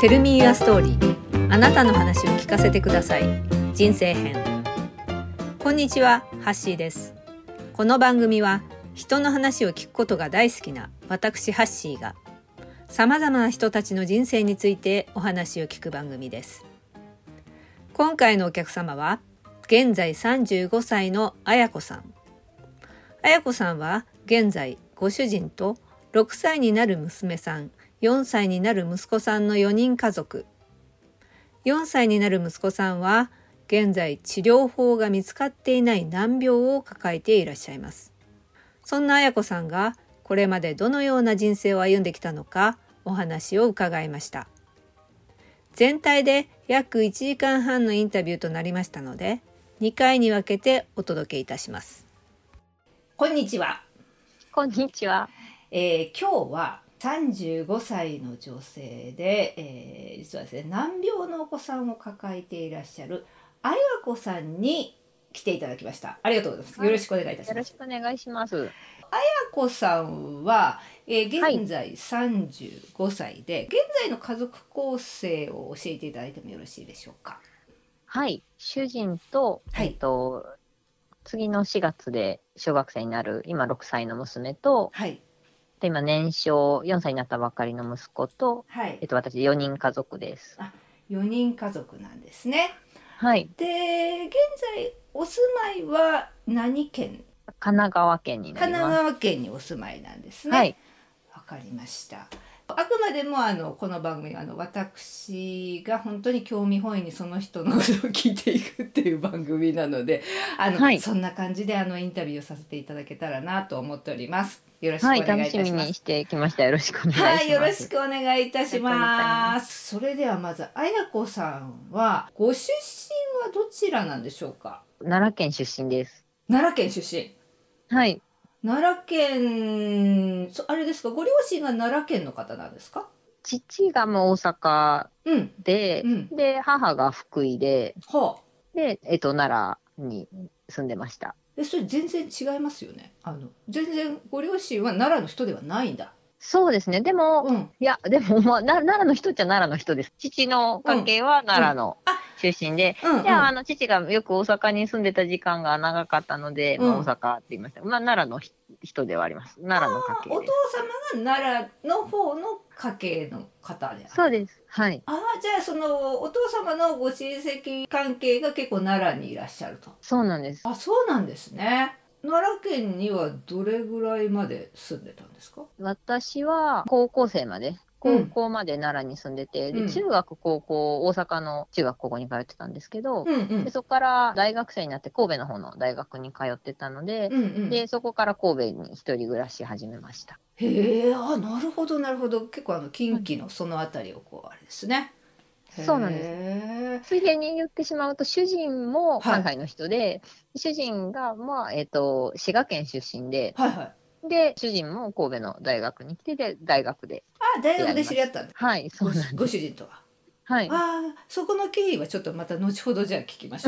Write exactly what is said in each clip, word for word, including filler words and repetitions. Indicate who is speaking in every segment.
Speaker 1: テルミーアストーリー、あなたの話を聞かせてください。人生編。こんにちは、ハッシーです。この番組は人の話を聞くことが大好きな私ハッシーがさまざまな人たちの人生についてお話を聞く番組です。今回のお客様は現在さんじゅうごさいのあやこさん。あやこさんは現在ご主人とろくさいになる娘さん、よんさいになる息子さんのよにん家族。よんさいになる息子さんは現在治療法が見つかっていない難病を抱えていらっしゃいます。そんなあやこさんがこれまでどのような人生を歩んできたのかお話を伺いました。全体で約いちじかんはんのインタビューとなりましたので、にかいに分けてお届けいたします。こんにちは。
Speaker 2: こんにちは。
Speaker 1: えー、今日はさんじゅうごさいの女性で、えー、実はですね、難病のお子さんを抱えていらっしゃるあやこさんに来ていただきました。ありがとうございます。よろしくお願いいたします。
Speaker 2: よろしくお願いします。
Speaker 1: あやこさんは、えー、現在さんじゅうごさいで、はい、現在の家族構成を教えていただいてもよろしいでしょうか。
Speaker 2: はい、主人と、はい、えっと、次のしがつで小学生になる今ろくさいの娘と、はい、で今年少よんさいになったばかりの息子と、はい、えっと、私よにん家族です。
Speaker 1: あ、よにん家族なんですね。
Speaker 2: はい。
Speaker 1: で、現在お住まいは何県？
Speaker 2: 神奈川県になります。
Speaker 1: 神奈川県にお住まいなんですね。はい。わかりました。あくまでもあのこの番組はあの私が本当に興味本位にその人のことを聞いていくっていう番組なので、あの、はい、そんな感じであのインタビューをさせていただけたらなと思っております。よろしくお願いいたします。
Speaker 2: はい、楽しみにしてきました。よろしくお願いします。
Speaker 1: はい、よろしくお願いいたします。それではまずあやこさんはご出身はどちらなんでしょうか？
Speaker 2: 奈良県出身です。
Speaker 1: 奈良県出身。はい。奈良県、あれですか、ご両親が奈良県の方なんですか？
Speaker 2: 父がもう大阪で、うんうん、で母が福井で、はあ、で、えっと、奈良に住んでました。
Speaker 1: え、それ全然違いますよね。あの全然ご両親は奈良の人ではないんだ。
Speaker 2: そうですね。でも、うん、いや、でも、まあ、奈良の人っちゃ奈良の人です。父の家系は奈良の出身で、うんうん、で、あの、父がよく大阪に住んでた時間が長かったので、うん、まあ、大阪って言いました。まあ、奈良の人ではあります。奈良の家系です。
Speaker 1: お父様が奈良の方の家系の方である。
Speaker 2: そうです。はい。
Speaker 1: ああ、じゃあ、その、お父様のご親戚関係が結構奈良にいらっしゃると。
Speaker 2: そうなんです。
Speaker 1: あ、そうなんですね。奈良県にはどれぐらいまで住んでたんですか？
Speaker 2: 私は高校生まで、高校まで奈良に住んでて、うん、で中学高校大阪の中学高校に通ってたんですけど、うんうん、でそこから大学生になって神戸の方の大学に通ってたので、うんうん、でそこから神戸に一人暮らし始めました。
Speaker 1: へえ、あ、なるほどなるほど。結構あの近畿のそのあたりをこうあれですね。
Speaker 2: そうなんです。ついでに言ってしまうと、主人も関西の人で、はい、主人が、まあ、えっと、滋賀県出身で、はいはい、で、主人も神戸の大学に来て、で、大学で。
Speaker 1: あ、大学で知り合ったんです。
Speaker 2: はい、そうなんです。
Speaker 1: ご主人とは。
Speaker 2: はい。
Speaker 1: ああ、そこの経緯はちょっとまた後ほどじゃあ聞きましょう。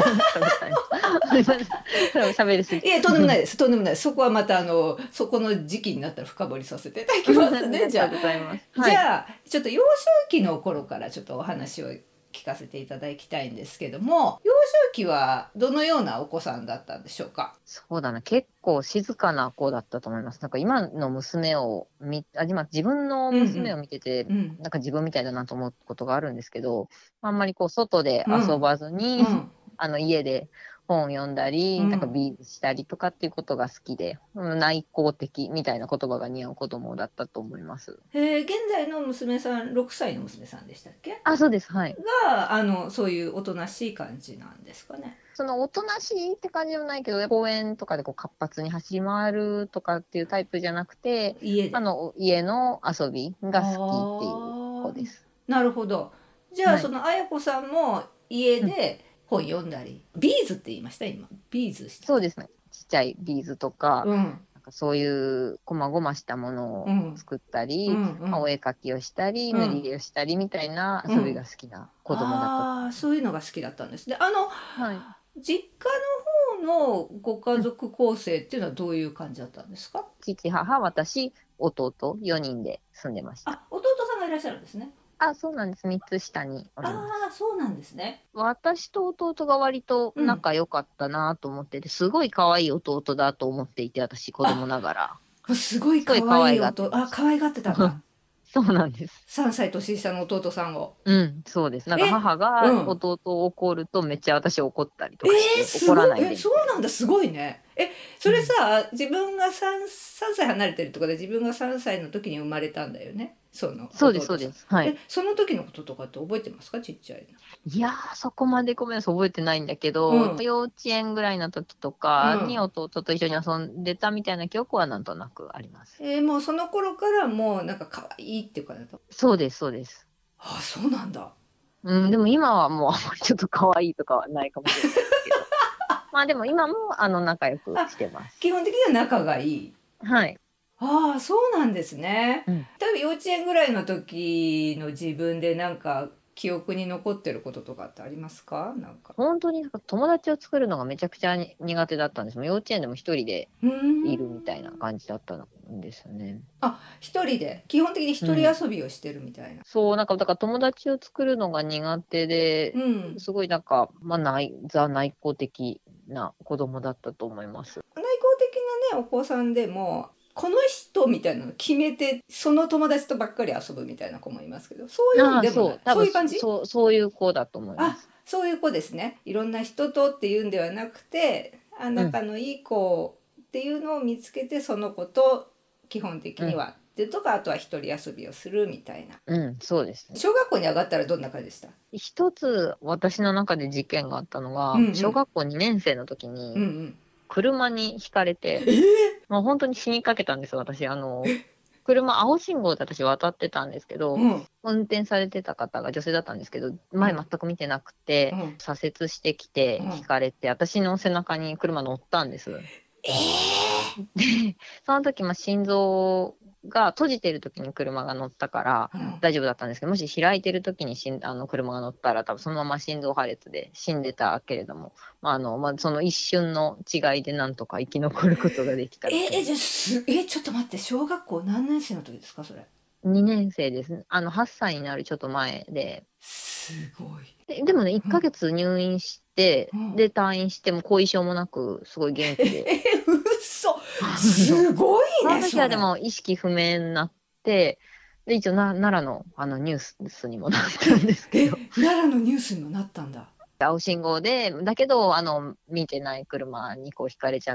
Speaker 2: 喋りすぎ。
Speaker 1: いや、とんでもないです。とんでもないです。そこはまたあのそこの時期になったら深掘りさせていただきますね。じゃあ、はい、じゃあちょっと幼少期の頃からちょっとお話を聞かせていただきたいんですけども、幼少期はどのようなお子さんだったんでしょうか？
Speaker 2: そうだな、結構静かな子だったと思います。なんか今の娘を見あ今自分の娘を見てて、うんうん、なんか自分みたいだなと思うことがあるんですけど、あんまりこう外で遊ばずに、うんうん、あの家で本を読んだり、うん、なんかビールしたりとかっていうことが好きで、内向的みたいな言葉が似合う子供だったと思います。
Speaker 1: へえ、現在の娘さんろくさいの娘さんでしたっけ？
Speaker 2: あ、そうです。はい。
Speaker 1: があのそういうおとなしい感じなんですかね？
Speaker 2: そのおとなしいって感じじゃないけど、公園とかでこう活発に走り回るとかっていうタイプじゃなくて、家であの家の遊びが好きっていう子です。
Speaker 1: なるほど。じゃあ、はい、そのあやこさんも家で本読んだり、うん、ビーズって言いました今？ビーズして
Speaker 2: そうですね。ちっちゃいビーズとか、うん、なんかそういうこまごましたものを作ったり、うんうんまあ、お絵描きをしたり、うん、塗り入れをしたりみたいな遊びが好きな子供だった、うん、
Speaker 1: あ、そういうのが好きだったんですね。あの、はい、実家の方のご家族構成っていうのはどういう感じだったんですか？うん、
Speaker 2: 父、母、私、弟よにんで住んでました。
Speaker 1: あ、弟さんがいらっしゃるんですね。
Speaker 2: あ、そうなんです。みっつ下におります。
Speaker 1: ああ、そうなんですね。
Speaker 2: 私と弟が割と仲良かったなと思ってて、うん、すごい可愛い弟だと思っていて、私子供ながら。
Speaker 1: すごい
Speaker 2: すごい
Speaker 1: 可
Speaker 2: 可愛がって
Speaker 1: 愛い弟、あ、
Speaker 2: ました。
Speaker 1: 可愛がってたんだ。
Speaker 2: そうなんです。
Speaker 1: さんさい年下の弟さんを。
Speaker 2: うん、そうです。なんか
Speaker 1: え、
Speaker 2: 母が
Speaker 1: うん。
Speaker 2: 弟を怒るとめっちゃ私怒ったりと
Speaker 1: え
Speaker 2: かして、
Speaker 1: ー、すごい、
Speaker 2: 怒らない
Speaker 1: え、
Speaker 2: でみたいな。
Speaker 1: そうなんだ、すごいね。え、それ
Speaker 2: うん、
Speaker 1: さ、自分が 3, さんさい離れてるとかで自分がさんさいの時に生まれたんだよね。その
Speaker 2: そうです、そ
Speaker 1: 弟さん。
Speaker 2: うです。は
Speaker 1: え、
Speaker 2: い。
Speaker 1: その時のこととかって覚えてますか、ちっちゃい
Speaker 2: いやー、そこまでごめんなさい、覚えてないんだけ
Speaker 1: の。う
Speaker 2: ど、
Speaker 1: ん。
Speaker 2: 幼稚園ぐらいの時とかに
Speaker 1: うん。
Speaker 2: 弟と一緒に遊んでたみたいな記憶はなんとなくあります。
Speaker 1: えーもうその頃からもうなんか可愛いっていうかだと。
Speaker 2: そうです、そうです。
Speaker 1: あ、そうなんだ。
Speaker 2: うん、でも今はもうあんまりちょっと可愛いとかはないかもしれないですけど。まあでも今もあの仲良く
Speaker 1: あ、
Speaker 2: してます。
Speaker 1: 基本的には仲がいい。
Speaker 2: はい。
Speaker 1: ああ、そうなんですね。
Speaker 2: うん。
Speaker 1: 多分幼稚園ぐらいの時の自分でなんか記憶に残ってることとかってありますか？なんか。
Speaker 2: 本当になんか友達を作るのがめちゃくちゃに苦手だったんです。もう幼稚園でも一人で
Speaker 1: うーん。
Speaker 2: いるみたいな感じだったんですよね。
Speaker 1: あ、一人で、基本的に一人
Speaker 2: うん。
Speaker 1: 遊びをしてるみたいな。
Speaker 2: そう、なんかだから友達を作るのが苦手で、
Speaker 1: うん。
Speaker 2: すごいなんか、まあ、内、ザ内向的な子供だったと思います。
Speaker 1: 内向的なね、お子さんでも、この人みたいなの決めて、その友達とばっかり遊ぶみたいな子もいますけど、そういうん
Speaker 2: ああ、
Speaker 1: でもない。
Speaker 2: そう、多分
Speaker 1: そういう感じ？
Speaker 2: そう、そういう子だと思いま
Speaker 1: あ、
Speaker 2: す。
Speaker 1: そういう子ですね。いろんな人とっていうんではなくて、あ、
Speaker 2: うん、
Speaker 1: 仲のいい子っていうのを見つけて、その子と基本的
Speaker 2: うん、
Speaker 1: にはってとか、あとは一人遊びをするみたいな。
Speaker 2: うん、そうですね。
Speaker 1: 小学校に上がったらどんな感じでした？
Speaker 2: 一つ私の中で事件があったのが、
Speaker 1: うんうん。
Speaker 2: 小学校にねん生の時に
Speaker 1: うんうん。
Speaker 2: 車にひかれて、
Speaker 1: えー、
Speaker 2: もう本当に死にかけたんですよ、私。あの、車、青信号で私渡ってたんですけど、
Speaker 1: うん。
Speaker 2: 運転されてた方が女性だったんですけど、前全
Speaker 1: うん。
Speaker 2: く見てなくて、
Speaker 1: うん。
Speaker 2: 左折してきて、ひ
Speaker 1: うん。
Speaker 2: かれて、私の背中に車乗ったんです。
Speaker 1: え
Speaker 2: で、その時、まあ、心臓が閉じてる時に車が乗ったから
Speaker 1: ー、うん。
Speaker 2: 大丈夫だったんですけど、もし開いてる時にしんあの車が乗ったら、多分そのまま心臓破裂で死んでたけれども、まああのまあ、その一瞬の違いでなんとか生き残ることができた
Speaker 1: えー、え、
Speaker 2: みたいな。
Speaker 1: じゃあす、え、ちょっと待って、小学校何年生の時ですか、それ？
Speaker 2: にねん生ですね。あの、はっさいになるちょっと前で。
Speaker 1: すごい。
Speaker 2: で、でもね、1
Speaker 1: うん。
Speaker 2: ヶ月入院して、
Speaker 1: うん。
Speaker 2: で、退院しても後遺症もなく、すごい元気で。
Speaker 1: えー、嘘。
Speaker 2: あの、
Speaker 1: すごい
Speaker 2: その
Speaker 1: ね、それ。
Speaker 2: 時はでも意識不明になって、で、一応な、奈良のあのニュースにもなったんですけ
Speaker 1: え、
Speaker 2: ど、
Speaker 1: 奈良のニュースにもなったんだ。
Speaker 2: 青信号で、だけど、あの、見てない車にこうひかれちゃって、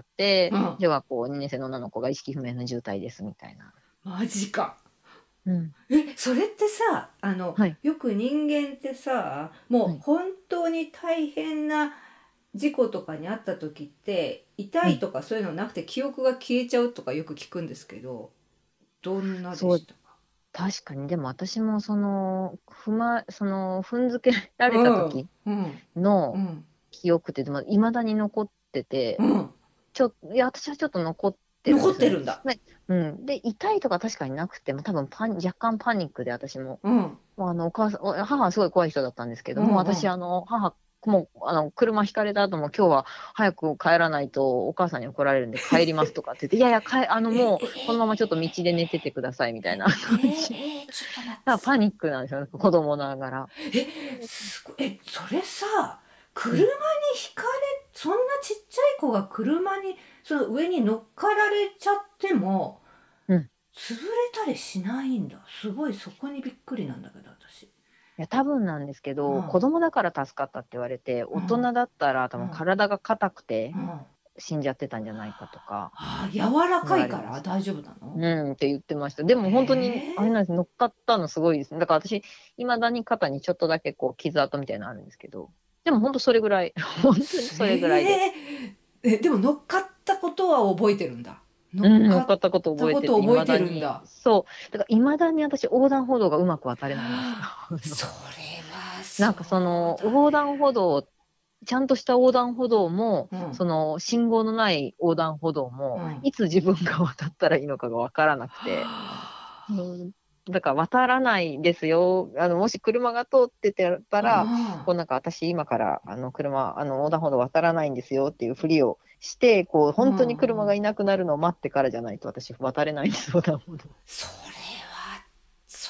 Speaker 1: うん。
Speaker 2: 小学校にねん生の女の子が意識不明の重体ですみたいな。
Speaker 1: マジか。
Speaker 2: うん。
Speaker 1: え、それってさ、あの、
Speaker 2: はい。
Speaker 1: よく人間ってさ、もう
Speaker 2: はい。
Speaker 1: 本当に大変な事故とかにあった時って、痛
Speaker 2: うん。
Speaker 1: いとかそういうのなくて記憶が消えちゃうとかよく聞くんですけど、どんなで
Speaker 2: そう、
Speaker 1: したか？
Speaker 2: 確かに、でも私もその、ふま、その、踏んづけられた
Speaker 1: うん、
Speaker 2: 時
Speaker 1: うん、う
Speaker 2: の
Speaker 1: ん、
Speaker 2: 記憶って、いまだに残ってて、
Speaker 1: うん。
Speaker 2: ちょ、いや、私はちょっと残ってるん
Speaker 1: 残
Speaker 2: ですよね。
Speaker 1: ってるんだ。
Speaker 2: ね、うん。で、痛いとか確かになくても、多分パニ、若干パニックで私も、
Speaker 1: うん、
Speaker 2: もうあの、お母さん、お母はすごい怖い人だったんですけども、
Speaker 1: うん、う
Speaker 2: 私、
Speaker 1: ん。
Speaker 2: あの、母、もう、あの、車ひかれた後も、今日は早く帰らないとお母さんに怒られるんで帰りますとかって言って、いやいや、帰、あの、
Speaker 1: え、え、
Speaker 2: もう、このままちょっと道
Speaker 1: え、
Speaker 2: で寝ててくださいみたいな
Speaker 1: え、
Speaker 2: 感じ。
Speaker 1: え、え、ちょっと待って。
Speaker 2: だからパニックなんですよね、子供ながら。
Speaker 1: え、すごい。え、それさ、車に
Speaker 2: うん。
Speaker 1: ひかれ、そんなちっちゃい子が車に、その上に乗っかられちゃっても、
Speaker 2: うん。
Speaker 1: 潰れたりしないんだ。すごい、そこにびっくりなんだけど、私。
Speaker 2: いや、多分なんですけど、
Speaker 1: うん、
Speaker 2: 子供だから助かったって言われて、大
Speaker 1: うん、
Speaker 2: 人だったら多分
Speaker 1: うん、
Speaker 2: 体が硬くて
Speaker 1: うん。
Speaker 2: 死んじゃってたんじゃないかとか
Speaker 1: ああ、柔ら
Speaker 2: 言わ
Speaker 1: かい
Speaker 2: れました。
Speaker 1: から大丈夫なの？
Speaker 2: うんって言ってました。でも本当に、あれ
Speaker 1: ええ、
Speaker 2: なんです、乗っかったのすごいですね。だから私、未だに肩にちょっとだけこう傷跡みたいなのあるんですけど、でも本当それぐらい、本当にそれぐらいで。
Speaker 1: ええ、え、でも乗っかったことは覚えてるんだ。乗
Speaker 2: うん、
Speaker 1: っかっ
Speaker 2: 乗っかったこと
Speaker 1: たこ
Speaker 2: 覚えてて、
Speaker 1: と覚えて
Speaker 2: 未だに。
Speaker 1: るんだ。
Speaker 2: そう。だから未だに私、横断歩道がうまく渡れないんですよ。
Speaker 1: はあ、それはそ
Speaker 2: なんかその、
Speaker 1: うだ
Speaker 2: 横断歩道、ちゃんとした横断歩道も、
Speaker 1: ね。
Speaker 2: その、信号のない横断歩道も、
Speaker 1: うん。うん。は
Speaker 2: いつ自分が渡ったらいいのかがわからなくて、
Speaker 1: あ。
Speaker 2: うん、だから渡らないですよ。あの、もし車が通ってたら、こうなんか私今からあの車、あの横断歩道渡らないんですよっていうふりをして、こう
Speaker 1: うん。
Speaker 2: 本当に車
Speaker 1: うん。
Speaker 2: がいなくなるのを待ってからじゃないと私渡れないんです、横断歩道。
Speaker 1: それは、そう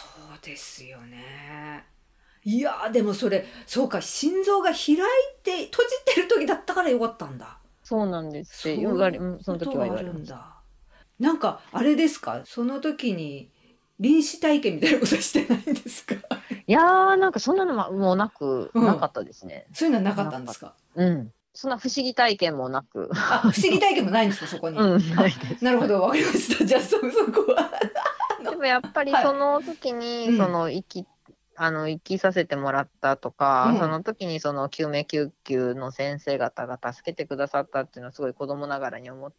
Speaker 1: ですよね。いやでもそれそうか、心臓が開いて閉じてる時だったからよかったんだ。
Speaker 2: そうなんですって
Speaker 1: 言
Speaker 2: われ、その時は言われました。
Speaker 1: なんかあれですか、その時に臨死体験みたいなことしてないんですか？
Speaker 2: いやーなんかそんなのもなく、うん、なかったですね。
Speaker 1: そういうのはなかったんですか？
Speaker 2: うん。そんな不思議体験もなく。
Speaker 1: あ、不思議体験もないんですかそこに？
Speaker 2: うん、ないです。
Speaker 1: なるほど、わかりました。じゃあそ、そこは
Speaker 2: でもやっぱりその時に、はい、その生き、あの生きさせてもらったとか、うん、その時にその救命救急の先生方が助けてくださったっていうのはすごい子供ながらに思って、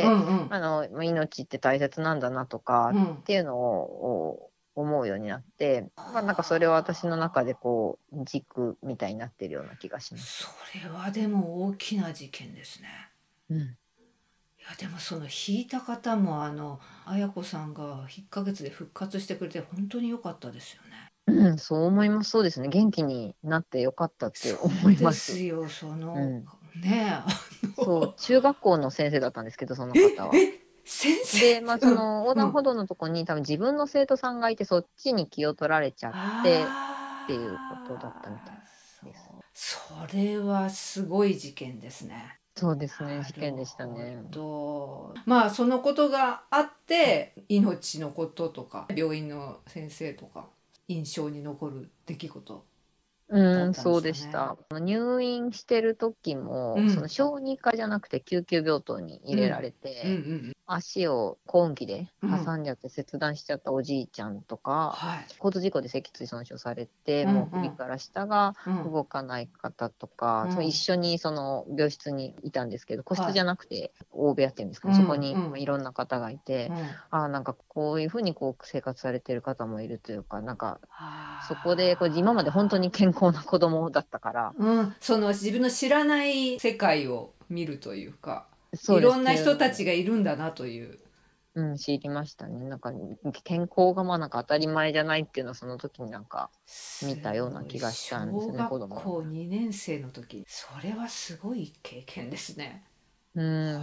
Speaker 2: うんうん、あの命って大切なんだなとかっていうのを、うん、思うようになって、まあ、なんかそれは私の中でこう軸みたいになってるような気がします。
Speaker 1: それはでも大きな事件ですね。
Speaker 2: うん、い
Speaker 1: やでもその引いた方もあの綾子さんがいっかげつで復活してくれて本当に良かったですよね。
Speaker 2: うん、そう思います。そうですね。元気になってよかったって思います。
Speaker 1: そうですよ、その、うん、ね
Speaker 2: え。そう、中学校の先生だったんですけど、その方は。
Speaker 1: ええ先生
Speaker 2: で、まあ、その横断歩道のとこに、うん、多分自分の生徒さんがいて、そっちに気を取られちゃってっていうことだったみたいです。
Speaker 1: それはすごい事件ですね。
Speaker 2: そうですね、事件でしたね。
Speaker 1: まあそのことがあって命のこととか病院の先生とか印象に残る出来事。
Speaker 2: うん、そうでした。入院してる時も、うん、その小児科じゃなくて救急病棟に入れられて、うんうんうん、足をコーン機で挟んじゃって切断しちゃったおじいちゃんとか、うん、交通事故で脊椎損傷されて、うんうん、もう首から下が動かない方とか、うん、その一緒にその病室にいたんですけど、個室じゃなくて大部屋っていうんですかね、うん、そこにいろんな方がいて、うん、あなんかこういうふうにこう生活されてる方もいるというか、なんかそこでこう今まで本当に健康な子供だったから、
Speaker 1: うん、その自分の知らない世界を見るというか、いろんな人たちがいるんだなという。
Speaker 2: うん、知りましたね。なんか健康がまあなんか当たり前じゃないっていうのはその時になんか見たような気がしたんですね。
Speaker 1: 小学校にねん生の時、それはすごい経験ですね。
Speaker 2: うん、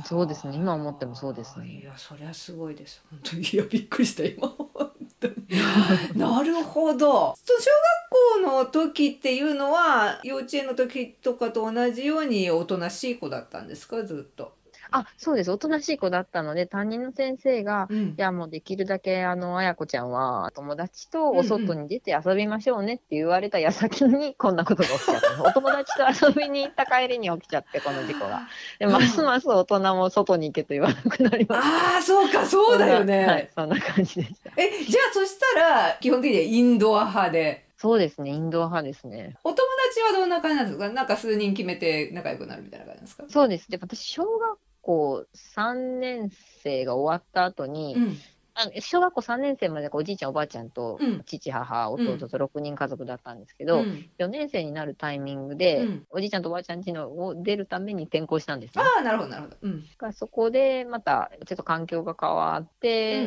Speaker 2: そうですね。今思ってもそうですね。
Speaker 1: いや、それはすごいです。本当にいやびっくりした今本当に。なるほど。小学校の時っていうのは幼稚園の時とかと同じようにおとなしい子だったんですか、ずっと。
Speaker 2: あ、そうです。おとなしい子だったので、担任の先生が、うん、いや、もうできるだけ、あの、綾子ちゃんは、友達とお外に出て遊びましょうねって言われた矢先に、こんなことが起きちゃった。お友達と遊びに行った帰りに起きちゃって、この事故が。で、ますます大人も外に行けと言わなくなりました。
Speaker 1: ああ、そうか、そうだよね。
Speaker 2: はい、そんな感じでした。
Speaker 1: え、じゃあ、そしたら、基本的にはインドア派で。
Speaker 2: そうですね、インドア派ですね。
Speaker 1: お友達はどんな感じなんですか？なんか数人決めて仲良くなるみたいな感じですか？
Speaker 2: そうです。で、私、小学校さんねん生が終わった後に、うん、あの小学校さんねん生までおじいちゃんおばあちゃんと、うん、父母弟とろくにん家族だったんですけど、うん、よねん生になるタイミングで、うん、おじいちゃんとおばあちゃん家のを出るために転校したんですね。
Speaker 1: ああ、なるほどなるほど。うん、
Speaker 2: そこでまたちょっと環境が変わって、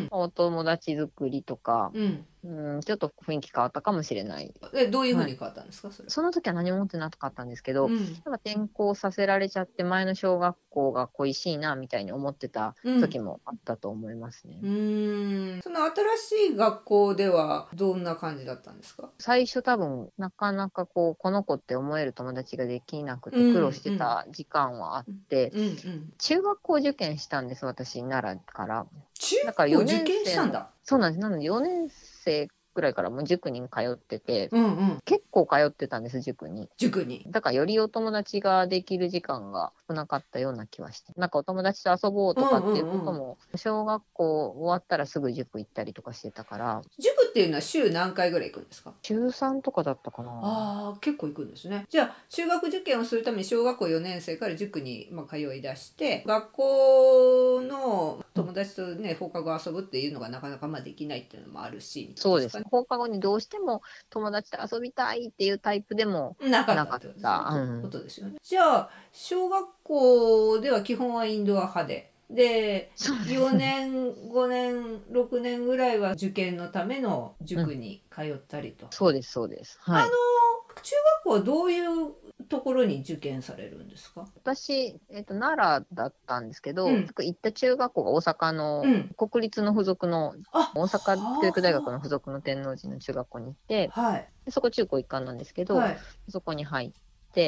Speaker 2: お友達作りとか、うんうん、ちょっと雰囲気変わったかもしれない。
Speaker 1: え、どういうふうに変わったんですか、はい、それ。
Speaker 2: その時は何も持ってなかったんですけど、うん、転校させられちゃって前の小学校が恋しいなみたいに思ってた時もあったと思いますね。
Speaker 1: うん、うーん、その新しい学校ではどんな感じだったんですか？
Speaker 2: 最初多分なかなかこうこの子って思える友達ができなくて苦労してた時間はあって、うんうん、中学校受験したんです私奈良から。
Speaker 1: 中学校受験したんだ。
Speaker 2: そうなんです。なのでよねん生ぐらいからもう塾に通ってて、うんうん、結構通ってたんです塾に。
Speaker 1: 塾に。
Speaker 2: だからよりお友達ができる時間が少なかったような気はして、なんかお友達と遊ぼうとかっていうことも、うんうんうん、小学校終わったらすぐ塾行ったりとかしてたから。
Speaker 1: 塾っていうのは週何回ぐらい行くんですか？
Speaker 2: 週さんとかだったかな。
Speaker 1: ああ、結構行くんですね。じゃあ中学受験をするために小学校よねん生から塾にまあ通い出して、学校の友達とね放課後遊ぶっていうのがなかなかまあできないっていうのもあるし。
Speaker 2: そうですね。放課後にどうしても友達と遊びたいっていうタイプでもなかったって
Speaker 1: ことですよね。じゃあ小学校では基本はインドア派で。でよねんごねんろくねんぐらいは受験のための塾に通ったりと、
Speaker 2: うん、そうですそうです、はい、
Speaker 1: あの中学校はどういうところに受験されるんですか？
Speaker 2: 私、えっと、奈良だったんですけど、
Speaker 1: うん、
Speaker 2: 行った中学校が大阪の国立の付属の、
Speaker 1: あ、
Speaker 2: 大阪教育大学の
Speaker 1: は
Speaker 2: 付属の天王寺の中学校に行って、
Speaker 1: あ、はい、
Speaker 2: でそこ中高一貫なんですけど、
Speaker 1: はい、
Speaker 2: そこに入って、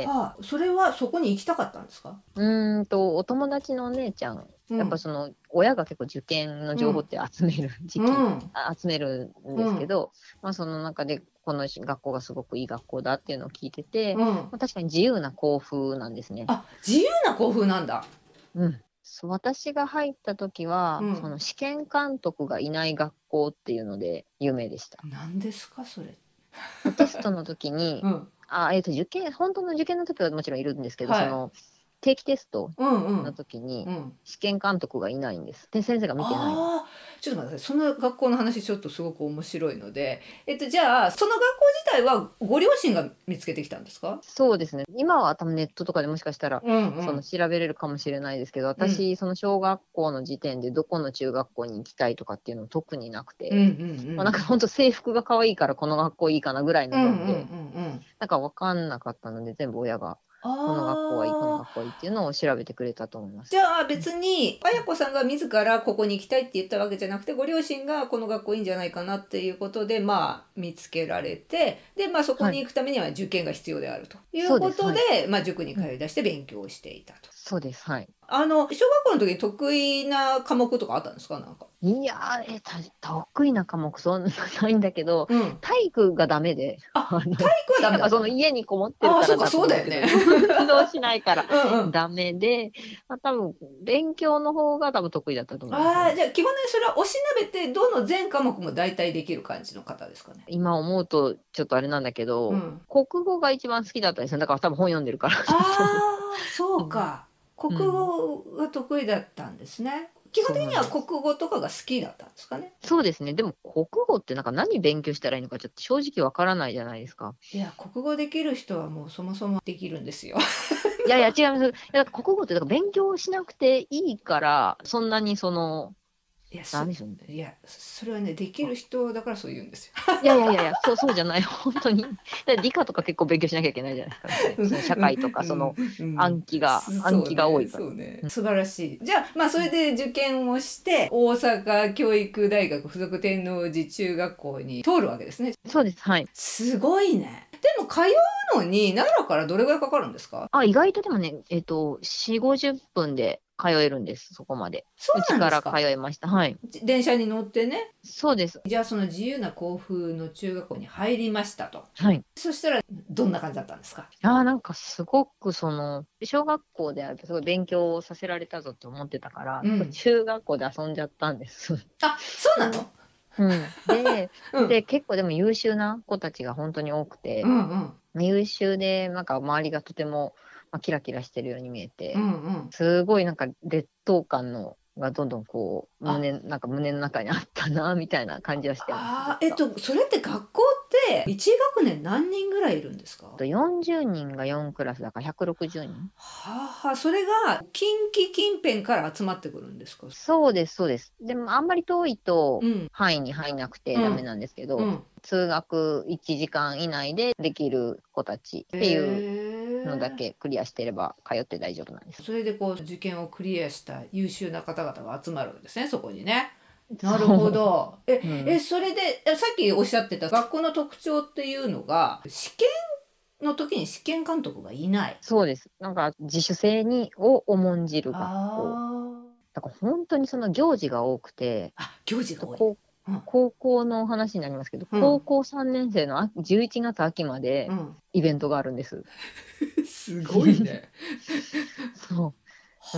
Speaker 1: はあ、それはそこに行きたかったんですか？
Speaker 2: うーんと、お友達のお姉ちゃん、
Speaker 1: うん、
Speaker 2: やっぱその、親が結構受験の情報って集める時期、
Speaker 1: うん、
Speaker 2: あ集めるんですけ
Speaker 1: うん、
Speaker 2: ど、まあその中で、この学校がすごくいい学校だっていうのを聞いてて、
Speaker 1: うん。
Speaker 2: まあ、確かに自由な校風なんですね。
Speaker 1: あ、自由な校風なんだ。
Speaker 2: うん。そう、私が入った時は、そ
Speaker 1: うん。
Speaker 2: の試験監督がいない学校っていうので有名でした。
Speaker 1: 何ですか、それ。
Speaker 2: テストの時に、
Speaker 1: うん。
Speaker 2: あ、えっと、受験、本当の受験の時はもちろんいるんですけど、
Speaker 1: はい。
Speaker 2: その、定期テスト
Speaker 1: うんう
Speaker 2: の
Speaker 1: ん。
Speaker 2: 時に
Speaker 1: うん。
Speaker 2: 試験監督がいないんです。で、先生が見てないんです。
Speaker 1: ああ、ちょっと待ってください。その学校の話ちょっとすごく面白いので、えっと、じゃあ、その学校自体はご両親が見つけてきたんですか？
Speaker 2: そうですね。今は多分ネットとかでもしかしたら、
Speaker 1: うんう
Speaker 2: その
Speaker 1: ん。
Speaker 2: 調べれるかもしれないですけど、
Speaker 1: うん。
Speaker 2: 私、その小学校の時点でどこの中学校に行きたいとかっていうの特になくて、
Speaker 1: うんうんう
Speaker 2: まあ、なん
Speaker 1: ん。
Speaker 2: か本当制服が可愛いからこの学校いいかなぐらいの
Speaker 1: うんうんうん
Speaker 2: もんで、
Speaker 1: うん。
Speaker 2: なんか分かんなかったので、全部親が、この学校はいい、この
Speaker 1: ああ。
Speaker 2: 学校はいいっていうのを調べてくれたと思います。
Speaker 1: じゃあ別に綾子さんが自らここに行きたいって言ったわけじゃなくて、ご両親がこの学校いいんじゃないかなっていうことでまあ見つけられて、でまあそこ
Speaker 2: はい。
Speaker 1: に行くためには受験が必要であるという
Speaker 2: そうです。
Speaker 1: ことで、
Speaker 2: はい。
Speaker 1: まあ塾に
Speaker 2: うん。
Speaker 1: 通い出して勉強をしていたと。
Speaker 2: そうです。はい。
Speaker 1: あの小学校の時に得意な科目とかあったんですか？なんか。
Speaker 2: いやー、え、た得意な科目そんなないんだけど、
Speaker 1: うん。
Speaker 2: 体育がダメで、
Speaker 1: あ、
Speaker 2: あの、
Speaker 1: 体育はダメ
Speaker 2: やっぱそ
Speaker 1: だったの。
Speaker 2: の家にこもってる
Speaker 1: ああ、そうか
Speaker 2: からだと
Speaker 1: そうだよね。
Speaker 2: 思うんですけど、運動しないから
Speaker 1: うんうん。
Speaker 2: ダメで、まあ、多分勉強の方が多分得意だったと思います
Speaker 1: ああ、
Speaker 2: ね。
Speaker 1: じゃあ基本的にそれはおしなべてどの全科目も大体できる感じの方ですかね。
Speaker 2: 今思うとちょっとあれなんだけど、
Speaker 1: うん。
Speaker 2: 国語が一番好きだったんですよ。だから多分本読んでるから。その
Speaker 1: ああ、そ
Speaker 2: うん。
Speaker 1: うか。国
Speaker 2: うん。
Speaker 1: 語が得意だったんですね。基本
Speaker 2: そう
Speaker 1: 的には
Speaker 2: なんです。
Speaker 1: 国語とかが好きだったんですかね。
Speaker 2: そうですね。でも国語ってなんか何勉強したらいいのかちょっと正直わからないじゃないですか。
Speaker 1: いや、国語できる人はもうそもそもできるんですよ。
Speaker 2: いやいや、違います。いや国語ってだから勉強しなくていいから、そんなにその、
Speaker 1: いや、そ、
Speaker 2: なんでしょうね。
Speaker 1: いや、それはね、できる人だからそう言うんですよ。
Speaker 2: いやいやいやいや、そう、そうじゃない、本当に。だって理科とか結構勉強しなきゃいけないじゃないですか。だって
Speaker 1: うん
Speaker 2: その社会とか、その
Speaker 1: うんうん。
Speaker 2: 暗記が、暗記が多
Speaker 1: そうね、
Speaker 2: いから。
Speaker 1: そうね。
Speaker 2: うん。
Speaker 1: 素晴らしい。じゃあ、まあ、それで受験をして、大阪教育大学附属天王寺中学校に通るわけですね。
Speaker 2: そうです、はい。
Speaker 1: すごいね。でも、通うのに、奈良からどれぐらいかかるんですか？
Speaker 2: あ、意外とでもね、えっと、よんじゅう、ごじゅっぷんで通えるんです、そこまで。
Speaker 1: そう
Speaker 2: うちから通
Speaker 1: なんですか。
Speaker 2: えました。はい。
Speaker 1: 電車に乗ってね。
Speaker 2: そうです。
Speaker 1: じゃあその自由な校風の中学校に入りましたと。
Speaker 2: はい。
Speaker 1: そしたらどんな感じだったんですか？
Speaker 2: ああ、なんかすごくその、小学校ではすごい勉強をさせられたぞって思ってたから、
Speaker 1: うん。
Speaker 2: 中学校で遊んじゃったんです。
Speaker 1: あ、そうな
Speaker 2: で、
Speaker 1: の？
Speaker 2: うん。で、
Speaker 1: うん。
Speaker 2: で、結構でも優秀な子たちが本当に多く
Speaker 1: う
Speaker 2: て、
Speaker 1: んうん。
Speaker 2: 優秀で、なんか周りがとても、まあ、キラキラしてるように見え
Speaker 1: うん
Speaker 2: て、
Speaker 1: うん。
Speaker 2: すごいなんか劣等感のがどんどんこう、
Speaker 1: あ、
Speaker 2: 胸、なんか胸の中にあったな、みたいな感じはしてます、ずっ
Speaker 1: あー、えっ
Speaker 2: と。
Speaker 1: と、それって学校っていち学年何人ぐらいいるんですか？
Speaker 2: とよんじゅうにんがよんクラスだからひゃくろくじゅうにん。
Speaker 1: はあはあ、それが近畿近辺から集まってくるんですか？
Speaker 2: そうです、そうです。でもあんまり遠いと
Speaker 1: うん、
Speaker 2: 範囲に入んなくて
Speaker 1: うん、
Speaker 2: ダメなんですけど、
Speaker 1: うん。
Speaker 2: 通学いちじかん以内でできる子たち
Speaker 1: へ
Speaker 2: っていうのだ
Speaker 1: え。
Speaker 2: けクリアしてれば通って大丈夫なんです。
Speaker 1: それでこう受験をクリアした優秀な方々が集まるんですね、そこにね。なるほ
Speaker 2: そ
Speaker 1: ど。え、
Speaker 2: う。う
Speaker 1: え、
Speaker 2: ん。
Speaker 1: それで、えさっきおっしゃってた学校の特徴っていうのが、試験の時に試験監督がいない。
Speaker 2: そうです。なんか自主性にを重んじる学校。
Speaker 1: あ
Speaker 2: だから本当にその行事が多くて、
Speaker 1: あ。あ、行事が多い。
Speaker 2: と高
Speaker 1: うん、
Speaker 2: 高校の話になりますけど、
Speaker 1: うん、
Speaker 2: 高校さんねん生の秋じゅういちがつ秋まで
Speaker 1: うん。
Speaker 2: イベントがあるんです。
Speaker 1: すごいね。
Speaker 2: そう。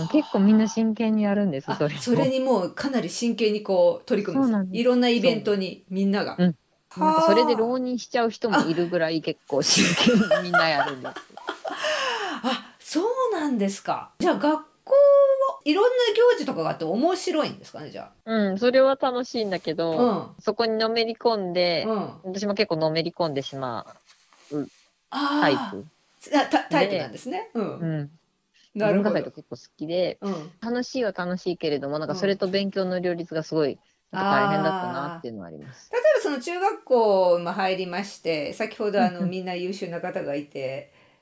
Speaker 1: は
Speaker 2: 結構みんな真剣にやるんです、
Speaker 1: あ。あ、
Speaker 2: それ
Speaker 1: それ
Speaker 2: を。
Speaker 1: にもうかなり真剣にこう取り組むんです。
Speaker 2: そうなんです。
Speaker 1: いろんなイベント
Speaker 2: そう。
Speaker 1: にみんなが。
Speaker 2: うん。なんかそれで浪
Speaker 1: は
Speaker 2: 人しちゃう人
Speaker 1: あ。あ、
Speaker 2: もいるぐらい結構真剣にみんなやるんです。
Speaker 1: あ、そうなんですか。じゃあ学校いろんな行事とかがあって面白いんですかね、じゃ
Speaker 2: うん、それは楽しいんだけ
Speaker 1: あ。う
Speaker 2: ど、
Speaker 1: ん。
Speaker 2: そこにのめり込んで、
Speaker 1: うん。
Speaker 2: 私も結構のめり込んでしまうタイ
Speaker 1: あ
Speaker 2: プ
Speaker 1: あ、タタイプなん
Speaker 2: で、
Speaker 1: ですね。うん。
Speaker 2: うん。文化
Speaker 1: なるほど。
Speaker 2: 祭と結構好きで、
Speaker 1: うん。
Speaker 2: 楽しいは楽しいけれども、なんかそれ
Speaker 1: うん。
Speaker 2: と勉強の両立がすごい、ちょっと大変だったなっ
Speaker 1: ああ。
Speaker 2: ていうのはあります。
Speaker 1: 例えばその中学校まあ入りまして、先ほどあの
Speaker 2: うんうん。
Speaker 1: みんな優秀な方がいて、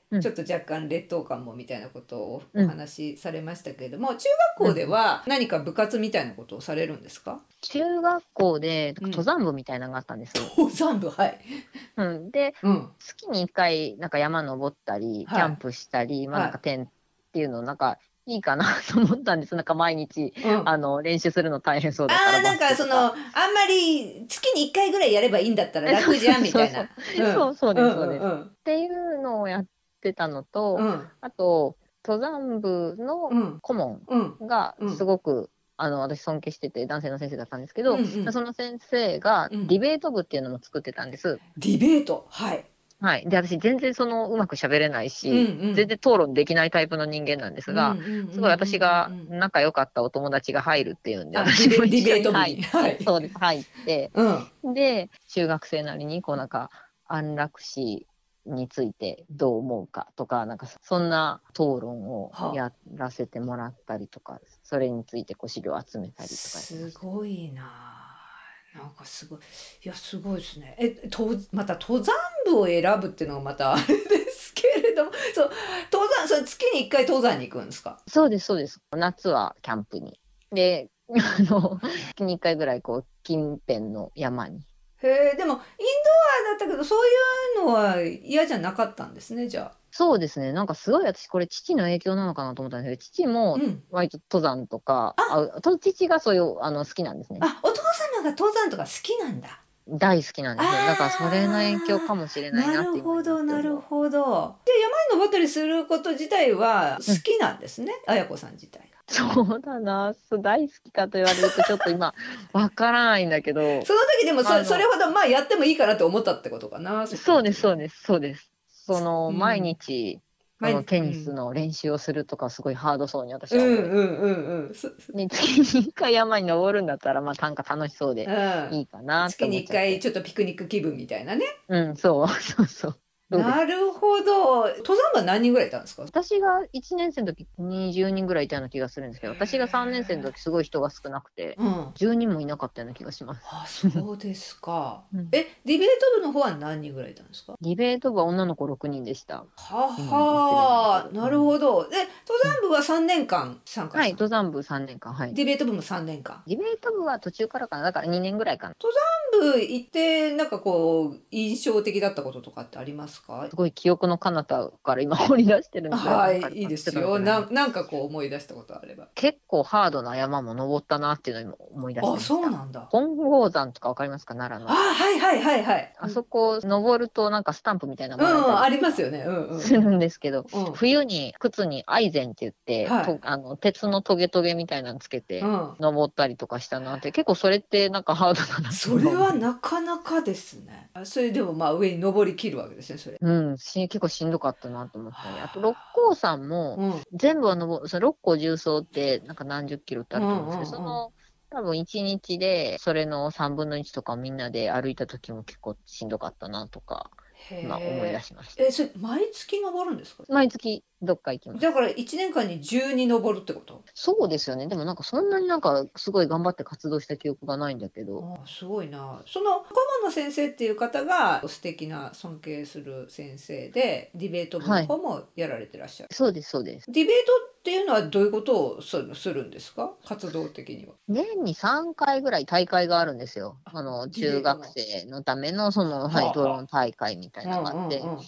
Speaker 1: うん、ちょっと若干劣等感もみたいなことをお話しされましたけれども、うん、中学校では何か部活みたいなことをされるんですか？
Speaker 2: 中学校で登山部みたいなのがあったんですよ。
Speaker 1: うん、登山部、はい。
Speaker 2: うん、で、うん、月にいっかいなんか山登ったり、はい、キャンプしたり、まあ、なんかテンっていうのをなんかいいかなと思ったんです。なんか毎日、うん、あの練習するの大変そうだから。
Speaker 1: あ、なんかそのあんまり月にいっかいぐらいやればいいんだったら楽じゃんみたいな。
Speaker 2: そうそうですそうです。っていうのをやってたのと、うん、あと登山部の顧問がすごく、うんうん、あの私尊敬してて男性の先生だったんですけど、うんうん、その先生がディベート部っていうのも作ってたんです。うん、
Speaker 1: ディベート、はい。
Speaker 2: はい。で、私全然そのうまく喋れないし、うんうん、全然討論できないタイプの人間なんですが、すごい私が仲良かったお友達が入るっていうんで、私も一緒に入って、はい、そうです、入って、うん、で、中学生なりにこうなんか安楽死についてどう思うかとか、なんかそんな討論をやらせてもらったりとか、それについてこう資料を集めたりとか。
Speaker 1: すごいな。なんかすごい、いやすごいですね。え、とまた登山部を選ぶっていうのがまたあれですけれども、そう登山、それ月にいっかい登山に行くんですか？
Speaker 2: そうですそうです。夏はキャンプにで、あの月にいっかいぐらいこう近辺の山に。
Speaker 1: へえ、でもインドアだったけどそういうのは嫌じゃなかったんですね、じゃあ。
Speaker 2: そうですね。なんかすごい私これ父の影響なのかなと思ったんですけど、父も割と登山とか、うん、あ父がそういうあの好きなんですね。
Speaker 1: あ、お父様が登山とか好きなんだ。
Speaker 2: 大好きなんですよ。だからそれの影響かもしれないなって。
Speaker 1: なるほどなるほど。で山に登ったりすること自体は好きなんですね、うん、綾子さん自体が。
Speaker 2: そうだな、大好きかと言われるとちょっと今わからないんだけど
Speaker 1: その時でも そ, それほどまあやってもいいかなと思ったってことかな。
Speaker 2: そうですそうですそうです。その、うん、毎日あのテニスの練習をするとかすごいハードそうに私は思う。うんうんうんうん。ね、月にいっかい山に登るんだったらまあなんか楽しそうでいいかなって思っちゃって、うん、月にいっかいちょっとピクニック気分みたいなね。 うん、そうそうそう。
Speaker 1: なるほど。登山部は何人ぐらいいたんですか？
Speaker 2: 私がいちねん生の時にじゅうにんぐらいいたような気がするんですけど、私がさんねん生の時すごい人が少なくて、うん、じゅうにんもいなかったような気がします。
Speaker 1: あ、そうですか。うん、え、ディベート部の方は何人ぐらいいたんですか？
Speaker 2: ディベート部は女の子ろくにんでした。
Speaker 1: はは、なるほど。で、登山部はさんねんかん参加した、うん、
Speaker 2: はい、登山部さんねんかん、はい。
Speaker 1: ディベート部もさんねんかん。
Speaker 2: ディベート部は途中からかな、だからにねんぐらいかな。
Speaker 1: 登山部行ってなんかこう印象的だったこととかってありますか？
Speaker 2: すごい記憶の彼方から今掘り出してるんですけど、
Speaker 1: はい、いいですよ。な、なんかこう思い出したことあれば。
Speaker 2: 結構ハードな山も登ったなっていうのを思い出してました。
Speaker 1: あ、そうなんだ。
Speaker 2: 金剛山とかわかりますか？奈良の。
Speaker 1: あ、はいはいはいはい。
Speaker 2: あそこ登るとなんかスタンプみたいな
Speaker 1: のもらえたり、うん、ありますよね。うんうん。
Speaker 2: するんですけど、うん、冬に靴にアイゼンって言って、はい、とあの鉄のトゲトゲみたいなのつけて登ったりとかしたなって、うん、結構それってなんかハードだな。
Speaker 1: それはなかなかですね。それでもまあ上に登りきるわけですね、それ。
Speaker 2: うん、し結構しんどかったなと思ったり、あと六甲山も、うん、全部は登る、その六甲重曹ってなんか何十キロってあると思うんですけど、うんうんうん、その多分いちにちでそれのさんぶんのいちとかみんなで歩いた時も結構しんどかったなとか今思い出しました。
Speaker 1: え、それ毎月登るんですか？
Speaker 2: 毎月どっか行きます。
Speaker 1: だからいちねんかんにじゅうに登るってこと？
Speaker 2: そうですよね。でもなんかそんなになんかすごい頑張って活動した記憶がないんだけど。
Speaker 1: あ、すごいな。その顧問の先生っていう方が素敵な尊敬する先生で、ディベート部の方もやられてらっしゃる。
Speaker 2: はい、そうですそうです。
Speaker 1: ディベートっていうのはどういうことをするんですか？活動的には。
Speaker 2: 年にさんかいぐらい大会があるんですよ。あの中学生のためのその、はい、討論大会みたいなのがあって。うんうんうん、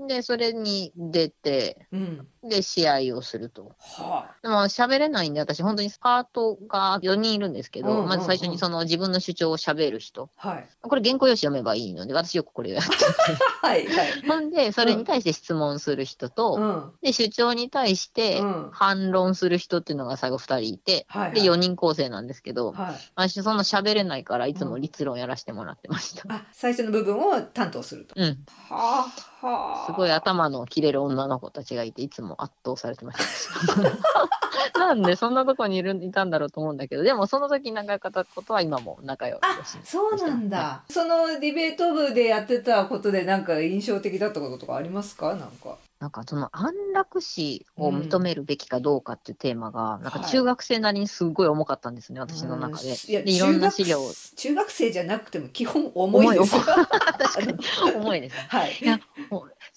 Speaker 2: でそれに出て、うん、で試合をすると。はあ、でも喋れないんで私本当にスカートがよにんいるんですけど、うんうんうん、まず最初にその自分の主張を喋る人、はい、これ原稿用紙読めばいいので私よくこれをやっててはい、はい、ほんでそれに対して質問する人と、うん、で主張に対して反論する人っていうのが最後ふたりいて、うん、でよにん構成なんですけど、はい、私そんな喋れないからいつも立論やらせてもらってました。
Speaker 1: うん、あ、最初の部分を担当すると。うん、は
Speaker 2: あはあ、すごい頭の切れる女の子たちがいていつも圧倒されてましたなんでそんなとこにいるいたんだろうと思うんだけど、でもその時仲良かったことは今も仲良い
Speaker 1: です。あ、そうなんだ、はい、そのディベート部でやってたことでなんか印象的だったこととかありますか？なんか
Speaker 2: なんかその安楽死を認めるべきかどうかっていうテーマが、うん、なんか中学生なりにすごい重かったんですね、はい、私の中で。いや、でいろんな資料
Speaker 1: 中学生じゃなくても基本重いですよ。
Speaker 2: 確かに重いです、はい、いやもう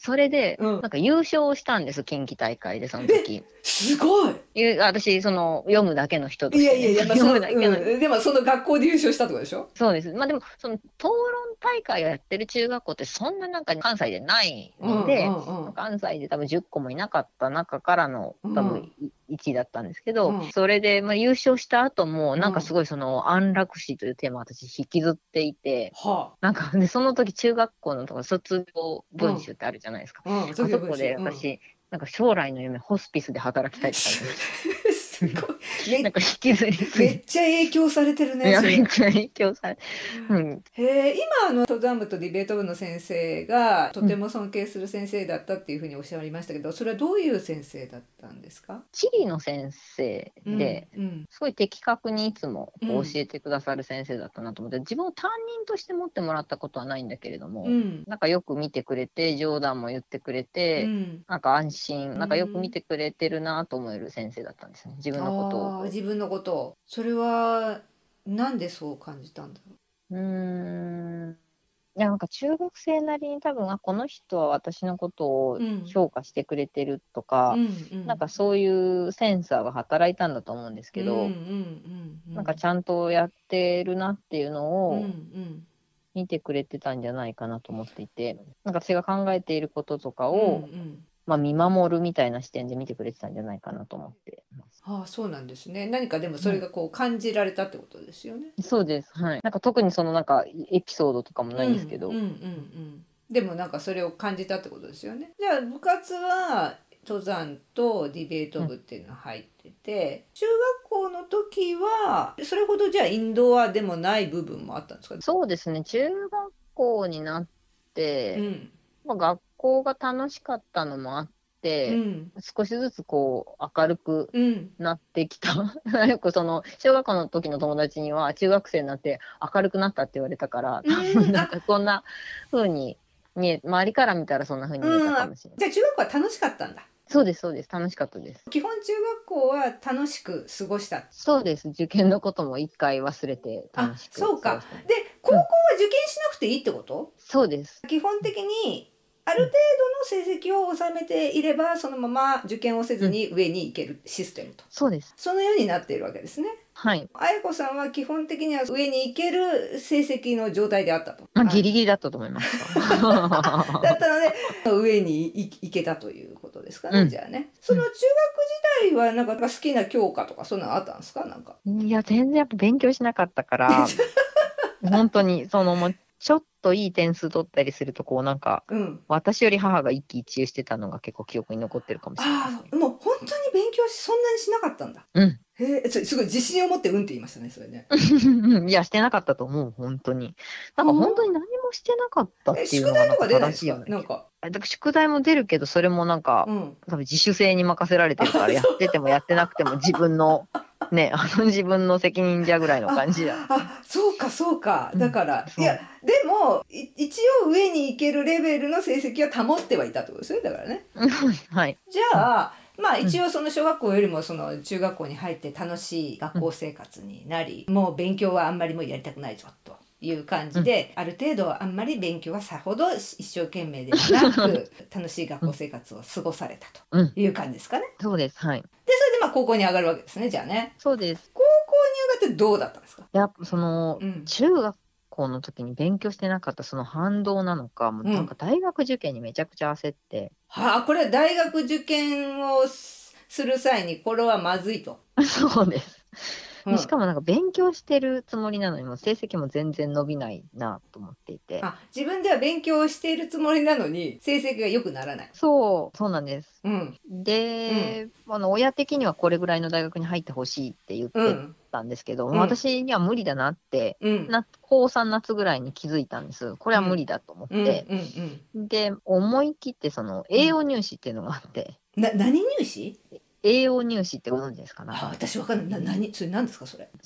Speaker 2: それで、
Speaker 1: うん、
Speaker 2: なんか優勝したんです、近畿大会で、その時。
Speaker 1: すごい。
Speaker 2: 私、その、読むだけの人として、ね。
Speaker 1: いやいやいや、まあ、
Speaker 2: 読むだけの、
Speaker 1: うん。でも、その学校で優勝したってことでしょ？
Speaker 2: そうです。まあでも、その、討論大会をやってる中学校って、そんななんか関西でないので、うんうんうん、関西で多分じゅっこもいなかった中からの、多分いちいだったんですけど、うん、それで、まあ、優勝した後も、なんかすごいその、安楽死というテーマを私引きずっていて、うん、なんかね、その時中学校のとか卒業文集ってあるじゃないですか。うんうん、あそこで私、うん、なんか将来の夢、ホスピスで働きたいって書いてました。すごい。なんか引きずりすぎ
Speaker 1: めっちゃ影響されてるね。
Speaker 2: めっちゃ影響され、
Speaker 1: うん、へえ、今あの登山部とディベート部の先生がとても尊敬する先生だったっていうふうにおっしゃいましたけど、それはどういう先生だったんですか？
Speaker 2: 地理の先生で、うんうん、すごい的確にいつもこう教えてくださる先生だったなと思って、うん、自分を担任として持ってもらったことはないんだけれども、うん、なんかよく見てくれて冗談も言ってくれて、うん、なんか安心、なんかよく見てくれてるなと思える先生だったんですね、自分のことを。
Speaker 1: あ、自分のことを。それはなんでそう感じたんだろう？
Speaker 2: うーん、いやなんか中学生なりに多分、あ、この人は私のことを評価してくれてるとか、うんうん、なんかそういうセンサーが働いたんだと思うんですけど、うんうんうんうん、なんかちゃんとやってるなっていうのを見てくれてたんじゃないかなと思っていて、なんか私が考えていることとかを、うんうん、まあ、見守るみたいな視点で見てくれてたんじゃないかなと思ってます。
Speaker 1: はあ、そうなんですね。何かでもそれがこう感じられたってことですよね。
Speaker 2: うん、そうです。はい。なんか特にそのなんかエピソードとかもないんですけど。
Speaker 1: うんうんうんうん。でもなんかそれを感じたってことですよね。じゃあ部活は登山とディベート部っていうのが入ってて、うん、中学校の時はそれほどじゃあインドアでもない部分もあったんですか？
Speaker 2: そうですね。中学校になって、うん、まあ、学校が楽しかったのもあって、うん、少しずつこう明るくなってきた、うん、よくその小学校の時の友達には中学生になって明るくなったって言われたから、うん、なんかそんな風に見え、周りから見たらそんな風に見えたかもしれない。
Speaker 1: じゃあ中学校は楽しかったんだ？
Speaker 2: そうですそうです、楽しかったです。
Speaker 1: 基本中学校は楽しく過ごした？
Speaker 2: そうです。受験のことも一回忘れて楽しく過ごした。
Speaker 1: あ、そうか。で高校は受験しなくていいってこと？うん、
Speaker 2: そうです。
Speaker 1: 基本的にある程度の成績を収めていれば、そのまま受験をせずに上に行けるシステムと、うん、
Speaker 2: そうです。
Speaker 1: そのようになっているわけですね。
Speaker 2: はい。
Speaker 1: あやこさんは基本的には上に行ける成績の状態であったと。
Speaker 2: まあ、ギリギリだったと思います。だ
Speaker 1: ったので上に行けたということですかね、うん、じゃあね。その中学時代はなんか好きな教科とかそんなのあったんですか？なんか。
Speaker 2: いや全然やっぱ勉強しなかったから本当にそのもうちょっといい点数取ったりするとこうなんか、うん、私より母が一喜一憂してたのが結構記憶に残ってるかもしれない、ね。
Speaker 1: ああ、もう本当に勉強しそんなにしなかったんだ。うん。へえ、すごい自信を持ってうんって言いましたね、それね。
Speaker 2: いやしてなかったと思う、本当に。なんか本当に何もしてなかったっていうのがなんか正しいよね。なんかだから宿題も出るけどそれもなんか、うん、多分自主性に任せられてるからやっててもやってなくても自分のね、あの自分の責任じゃぐらいの感じだ。
Speaker 1: ああ、そうかそうか。だから、うん、いやでも一応上に行けるレベルの成績は保ってはいたってことですよ、だからね。
Speaker 2: はい。
Speaker 1: じゃあ、まあ一応その小学校よりもその中学校に入って楽しい学校生活になり、うん、もう勉強はあんまりもうやりたくないぞという感じで、うん、ある程度あんまり勉強はさほど一生懸命ではなく楽しい学校生活を過ごされたという感じですかね。
Speaker 2: うん、そうです。はい。
Speaker 1: でそれでまあ高校に上がるわけですね、じゃあね。
Speaker 2: そうです。
Speaker 1: 高校に上がってどうだったんですか？
Speaker 2: やっぱその、うん、中学校の時に勉強してなかったその反動なのか、もうなんか大学受験にめちゃくちゃ焦って、
Speaker 1: うん、はあ、これ大学受験をする際にこれはまずいと。
Speaker 2: そうです。うん、しかもなんか勉強してるつもりなのにも成績も全然伸びないなと思っていて。
Speaker 1: あ、自分では勉強しているつもりなのに成績が良くならない。
Speaker 2: そうそうなんです。うん、で、うん、あの親的にはこれぐらいの大学に入ってほしいって言ってたんですけど、うん、私には無理だなって、うん、な高さん夏ぐらいに気づいたんです。これは無理だと思って、うんうんうんうん、で思い切ってその栄養入試っていうのがあって、
Speaker 1: な何入試？
Speaker 2: 栄養入試ってご存知ですか？なんか
Speaker 1: あ、私わかんない。な、何それ何ですかそれ？
Speaker 2: その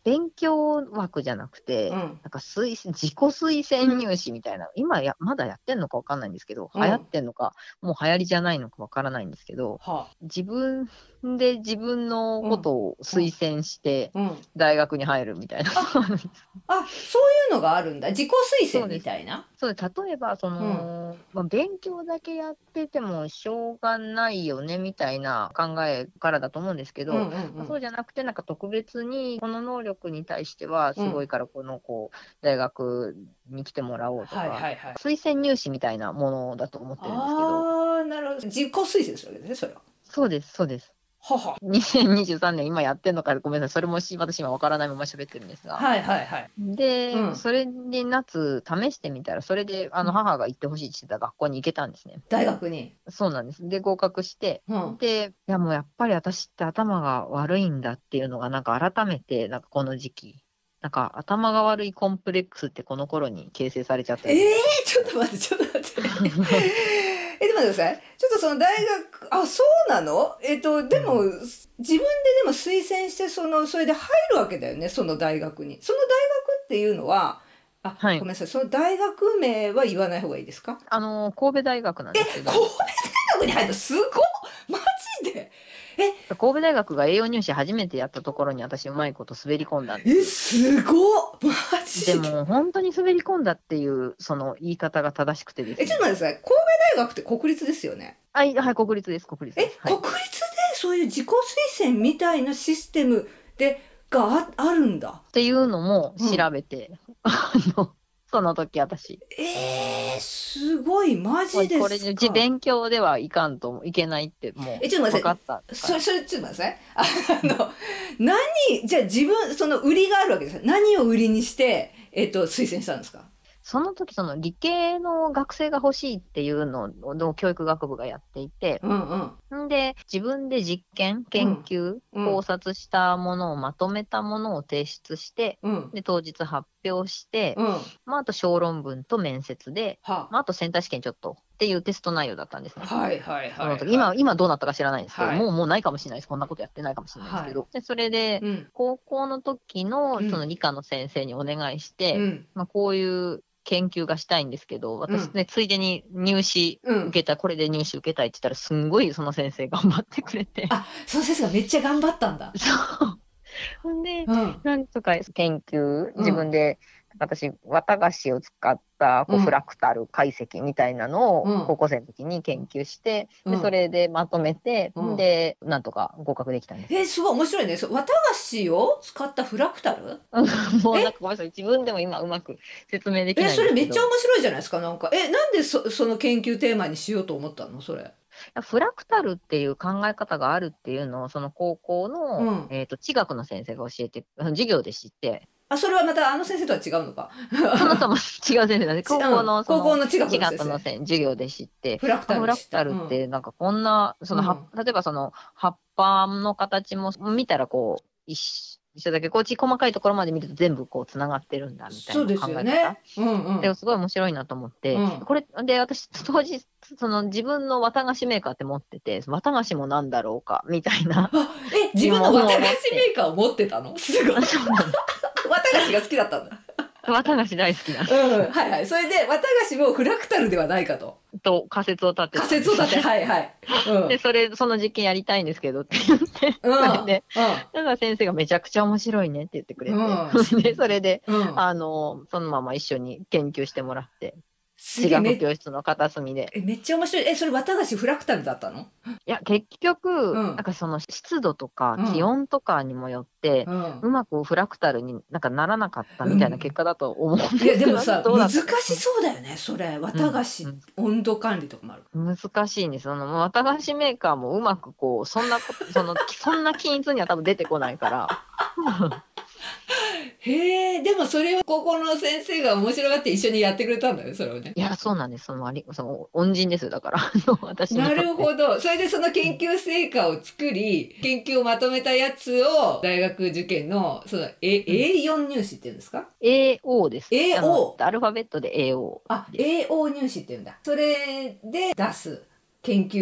Speaker 2: 勉強枠じゃなくて、うん、なんか推自己推薦入試みたいな、今やまだやってんのか分かんないんですけど、うん、流行ってんのかもう流行りじゃないのか分からないんですけど、はあ、自分で自分のことを推薦して大学に入るみたいな、うんうん、
Speaker 1: あ, あそういうのがあるんだ。自己推薦みたいな。
Speaker 2: そうです。例えばその、うんまあ、勉強だけやっててもしょうがないよねみたいな考えからだと思うんですけど、うんうんうん、そうじゃなくてなんか特別にこの能力に対してはすごいからこのこう大学に来てもらおうとか、はいはいはい、推薦入試みたいなものだと思ってるんですけど。
Speaker 1: ああ、なるほど。自己推薦するわけですね、それは。
Speaker 2: そうですそうです。ははにせんにじゅうさんねん今やってんのかごめんなさい、それも私今わからないまま喋ってるんですが、
Speaker 1: はいはいはい、
Speaker 2: で、うん、それで夏試してみたらそれであの母が行ってほしいって言ってた学校に行けたんですね。
Speaker 1: 大学に。
Speaker 2: そうなんです。で合格して、うん、でいやもうやっぱり私って頭が悪いんだっていうのがなんか改めてなんかこの時期なんか頭が悪いコンプレックスってこの頃に形成されちゃった。
Speaker 1: えー、ちょっと待ってちょっと待ってえでも待ってください。ちょっとその大学あそうなのえっとでも、うん、自分ででも推薦してそのそれで入るわけだよね、その大学に。その大学っていうのはあ、はい、ごめんなさい、その大学名は言わない方がいいですか？
Speaker 2: あの神戸大学なんですけど。
Speaker 1: え神戸大学に入るのすごっマジで。
Speaker 2: え神戸大学が栄養入試初めてやったところに私うまいこと滑り込んだんです。
Speaker 1: えすごっマジ
Speaker 2: でも本当に滑り込んだっていうその言い方が正しくてですね。
Speaker 1: えちょっと待ってください、神戸大学って国立ですよね？
Speaker 2: はい、はい、国立です国立です。
Speaker 1: え、はい、国立でそういう自己推薦みたいなシステムでが あ, あるんだ
Speaker 2: っていうのも調べて、うん、あのその時私
Speaker 1: えー、すごいマジですか？これ
Speaker 2: うち勉強ではいかんといけないってもう分かった。
Speaker 1: それそれちょっと待ってください。あの何じゃあ自分その売りがあるわけです。何を売りにしてえっと推薦したんですか？
Speaker 2: その時その理系の学生が欲しいっていうのを教育学部がやっていて、うんうん、で自分で実験研究、うん、考察したものをまとめたものを提出して、うん、で当日発表して、うんまあ、あと小論文と面接で、はまあ、あとセンター試験ちょっとっていうテスト内容だったんですね。
Speaker 1: はいはいはい、はい、
Speaker 2: 今今どうなったか知らないんですけど、はい、もうもうないかもしれないです。こんなことやってないかもしれないですけど、はい、でそれで、うん、高校の時のその理科の先生にお願いして、うんまあ、こういう研究がしたいんですけど、私ね、うん、ついでに入試受けた、うん、これで入試受けたいって言ったら、すんごいその先生頑張ってくれて。
Speaker 1: あ、その先生がめっちゃ頑張ったんだ。
Speaker 2: そう。ほんで、うん、なんとか研究、自分で、私、綿菓子を使ったこうフラクタル解析みたいなのを高校生の時に研究して、うん、でそれでまとめて、うん、で、なんとか合格できたんです。
Speaker 1: えー、すごい面白いね。綿菓子を使ったフラクタル
Speaker 2: もうなんかごめんなさい。自分でも今うまく説明できないんですけど。
Speaker 1: え、それめっちゃ面白いじゃないですか。なんか、え、なんで そ, その研究テーマにしようと思ったのそれ。
Speaker 2: フラクタルっていう考え方があるっていうのをその高校の、うんえーと、地学の先生が教えて授業で知って、
Speaker 1: あ、それはまたあの先生とは違うのか。
Speaker 2: その人も違う先生なんで、高校の
Speaker 1: 高校の地学
Speaker 2: の先生授業で知って、
Speaker 1: フラクタル
Speaker 2: フラクタルってなんかこんな、その、うん、例えばその葉っぱの形も見たらこう一一緒だけこっち細かいところまで見ると全部こうつながってるんだみたいな考え方。そうですよね。うんうん、ですごい面白いなと思って、うん、これで私当時その自分の綿菓子メーカーって持ってて、綿菓子もなんだろうかみたいな。
Speaker 1: え、自分の綿菓子メーカーを持ってたの？すごい。綿菓子が好きだったんだ。
Speaker 2: 綿菓子大好きな、
Speaker 1: うん、はいはい。それで綿菓子もフラクタルではないかと。
Speaker 2: と仮説を立てて。
Speaker 1: 仮説を立て、はいはい。
Speaker 2: うん、でそれその実験やりたいんですけどって言って、うん、それで、うん、だから先生がめちゃくちゃ面白いねって言ってくれて、うん、でそれで、うん、あのそのまま一緒に研究してもらって。地学教室の片隅で。
Speaker 1: え、めっちゃ面白い。え、それ綿菓子フラクタルだったの？
Speaker 2: いや、結局、うん、なんかその湿度とか気温とかにもよって、うん、うまくフラクタルになんかならなかったみたいな結果だと思うんですけど、うん、
Speaker 1: いや、でもさ、難しそうだよね、それ。綿菓子、うんうん、温度管理とかもある。
Speaker 2: 難しいんです。その綿菓子メーカーもうまくこう、そんな、その、そんな均一には多分出てこないから。
Speaker 1: へえ、でもそれを高校の先生が面白がって一緒にやってくれたんだね、それをね。
Speaker 2: いや、そうなんです。そのあり、その恩人ですよ、だから。私
Speaker 1: なるほど。それでその研究成果を作り、研究をまとめたやつを大学受験の、その エーよん 入試っていうんですか？
Speaker 2: エーオー です。
Speaker 1: エーオー。
Speaker 2: アルファベットで エーオー。
Speaker 1: あ、エーオー 入試っていうんだ。それで出す研究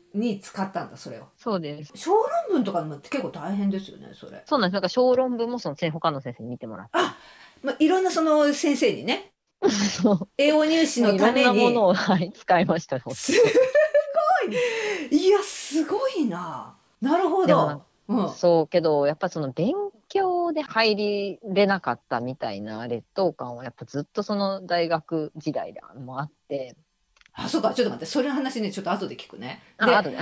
Speaker 1: に使ったんだそれを。
Speaker 2: そうです。
Speaker 1: 小論文とかも結構大変ですよねそれ。
Speaker 2: そうなんです。なんか小論文もその他の先生に見てもらって。
Speaker 1: あ、まあ、いろんなその先生にね。
Speaker 2: そう。
Speaker 1: 栄養入試のために。
Speaker 2: いろんなものを、はい、使いました。
Speaker 1: すごい。いやすごいな。なるほど。
Speaker 2: うん、そうけどやっぱその勉強で入りれなかったみたいな劣等感はやっぱずっとその大学時代でもあって。
Speaker 1: あ、そうか、ちょっと待って、それの話ね、ちょっと後で聞くね。で、
Speaker 2: あ、後で。
Speaker 1: うん、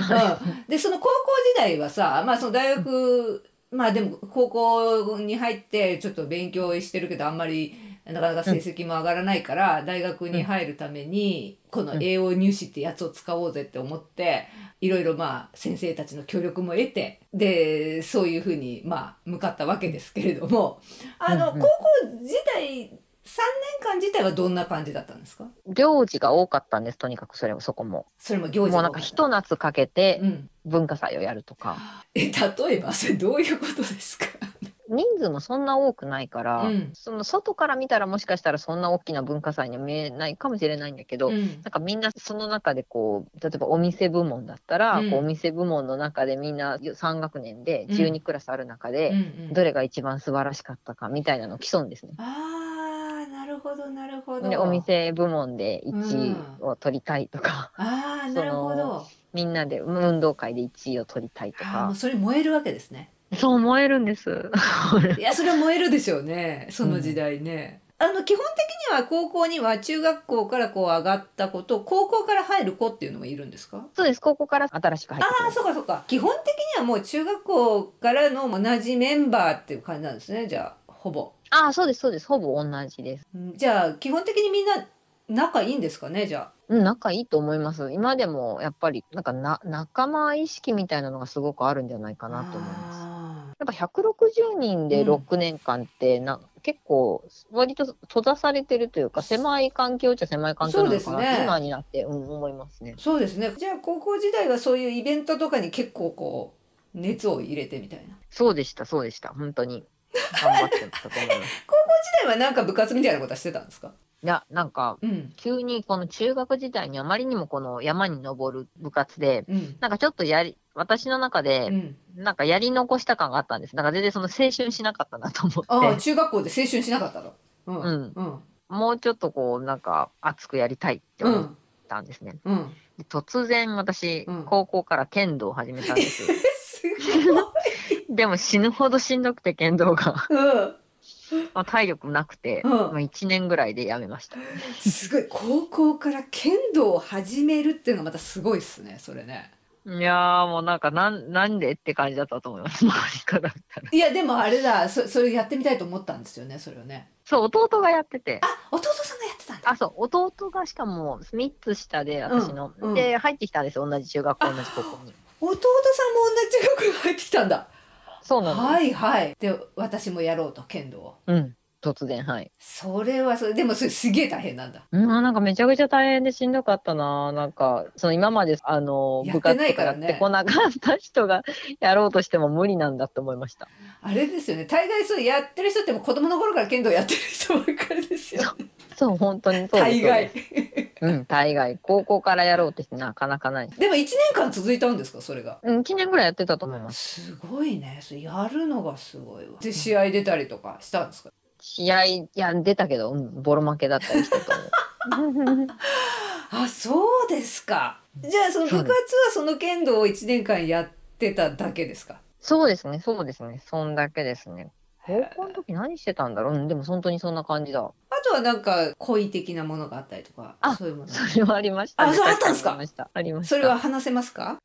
Speaker 1: で、その高校時代はさ、まあその大学、まあでも高校に入ってちょっと勉強してるけど、あんまりなかなか成績も上がらないから、うん、大学に入るために、この栄養入試ってやつを使おうぜって思って、いろいろまあ先生たちの協力も得て、で、そういうふうにまあ向かったわけですけれども、あの、高校時代、さんねんかん自体はどんな感じだったんですか？
Speaker 2: 行事が多かったんです。とにかくそれもそこも。
Speaker 1: それも行事が多かった。
Speaker 2: もうなんか一夏かけて文化祭をやるとか。
Speaker 1: うん、え、例えばそれどういうことですか？
Speaker 2: 人数もそんな多くないから、うん、その外から見たらもしかしたらそんな大きな文化祭には見えないかもしれないんだけど、うん、なんかみんなその中でこう例えばお店部門だったら、うん、こうお店部門の中でみんなさん学年でじゅうにクラスある中で、うん、どれが一番素晴らしかったかみたいなのを競うんですね。
Speaker 1: あー、なるほどなるほど。
Speaker 2: でお店部門でいちいを取りたいとか、
Speaker 1: うん、あー、なるほど。
Speaker 2: みんなで運動会でいちいを取りたいとか。
Speaker 1: あ、もうそれ燃えるわけですね。
Speaker 2: そう燃えるんです
Speaker 1: いやそれは燃えるでしょうねその時代ね、うん、あの基本的には高校には中学校からこう上がった子と高校から入る子っていうのもいるんですか？
Speaker 2: そうです、高校から新しく入ってくる。
Speaker 1: ああそうかそうか。基本的にはもう中学校からの同じメンバーっていう感じなんですね。じゃあほぼ。
Speaker 2: ああそうですそうです、ほぼ同じです。
Speaker 1: じゃあ基本的にみんな仲いいんですかねじゃあ。
Speaker 2: うん、仲いいと思います。今でもやっぱりなんかな仲間意識みたいなのがすごくあるんじゃないかなと思います。やっぱひゃくろくじゅうにんでろくねんかんってな、うん、結構割と閉ざされてるというか狭い環境っちゃ狭い環境なのかな、ね、今になって、うん、思いますね。
Speaker 1: そうですね。じゃあ高校時代はそういうイベントとかに結構こう熱を入れてみたいな。
Speaker 2: そうでしたそうでした本当に頑張ってたと思います。
Speaker 1: 高校時代はなんか部活みたいなことはしてたんですか？
Speaker 2: いやなんか、うん、急にこの中学時代にあまりにもこの山に登る部活で、うん、なんかちょっとやり私の中で、うん、なんかやり残した感があったんです。なんか全然その青春しなかったなと思って。
Speaker 1: ああ中学校で青春しなかったの。
Speaker 2: うん、うんうん、もうちょっとこうなんか熱くやりたいって思ったんですね。うん、で突然私、うん、高校から剣道を始めたんです。
Speaker 1: すごい
Speaker 2: でも死ぬほどしんどくて剣道が。うんまあ、体力なくて、うんまあ、いちねんぐらいでやめました。
Speaker 1: すごい高校から剣道を始めるっていうのがまたすごいっすねそれね。
Speaker 2: いやーもうなんかなんなんでって感じだったと思います周りから見たら。
Speaker 1: いやでもあれだ そ, それやってみたいと思ったんですよねそれをね。
Speaker 2: そう弟がやってて。
Speaker 1: あ弟さんがやってたんだ。
Speaker 2: あそう弟がしかもみっつ下で私の、うんうん、で入ってきたんですよ同じ中学校同じ高校に。
Speaker 1: 弟さんも同じ中学校に入ってきたんだ。
Speaker 2: そうなんです。
Speaker 1: はいはいで私もやろうと剣道を。
Speaker 2: うん突然はい。
Speaker 1: それはそれでもそれすげえ大変なんだ。
Speaker 2: うんなんかめちゃくちゃ大変でしんどかったな。なんかその今まであの部活とかやってこなかった人がやろうとしても無理なんだって思いました。
Speaker 1: あれですよね大概そうやってる人っても子供の頃から剣道やってる人ばっかりですよね。
Speaker 2: そう本当にそうです。大概うん大概高校からやろうってしてなかなかない。
Speaker 1: でもいちねんかん続いたんですかそれが。
Speaker 2: うんいちねんぐらいやってたと思います。
Speaker 1: すごいねそれやるのがすごいわ。で試合出たりとかしたんですか？
Speaker 2: 試合いや出たけど、うん、ボロ負けだったりしたと思う。
Speaker 1: あそうですか。じゃあその部活はその剣道をいちねんかんやってただけですか？
Speaker 2: そうですねそうですねそんだけですね。高校の時何してたんだろう、うん、でも本当にそんな感じだ。あ
Speaker 1: とはなんか恋的なものがあったりとか
Speaker 2: あ
Speaker 1: そういうもの。
Speaker 2: それはありました、
Speaker 1: ね、あそうあったんですか？
Speaker 2: ありましたありました。
Speaker 1: それは話せますか？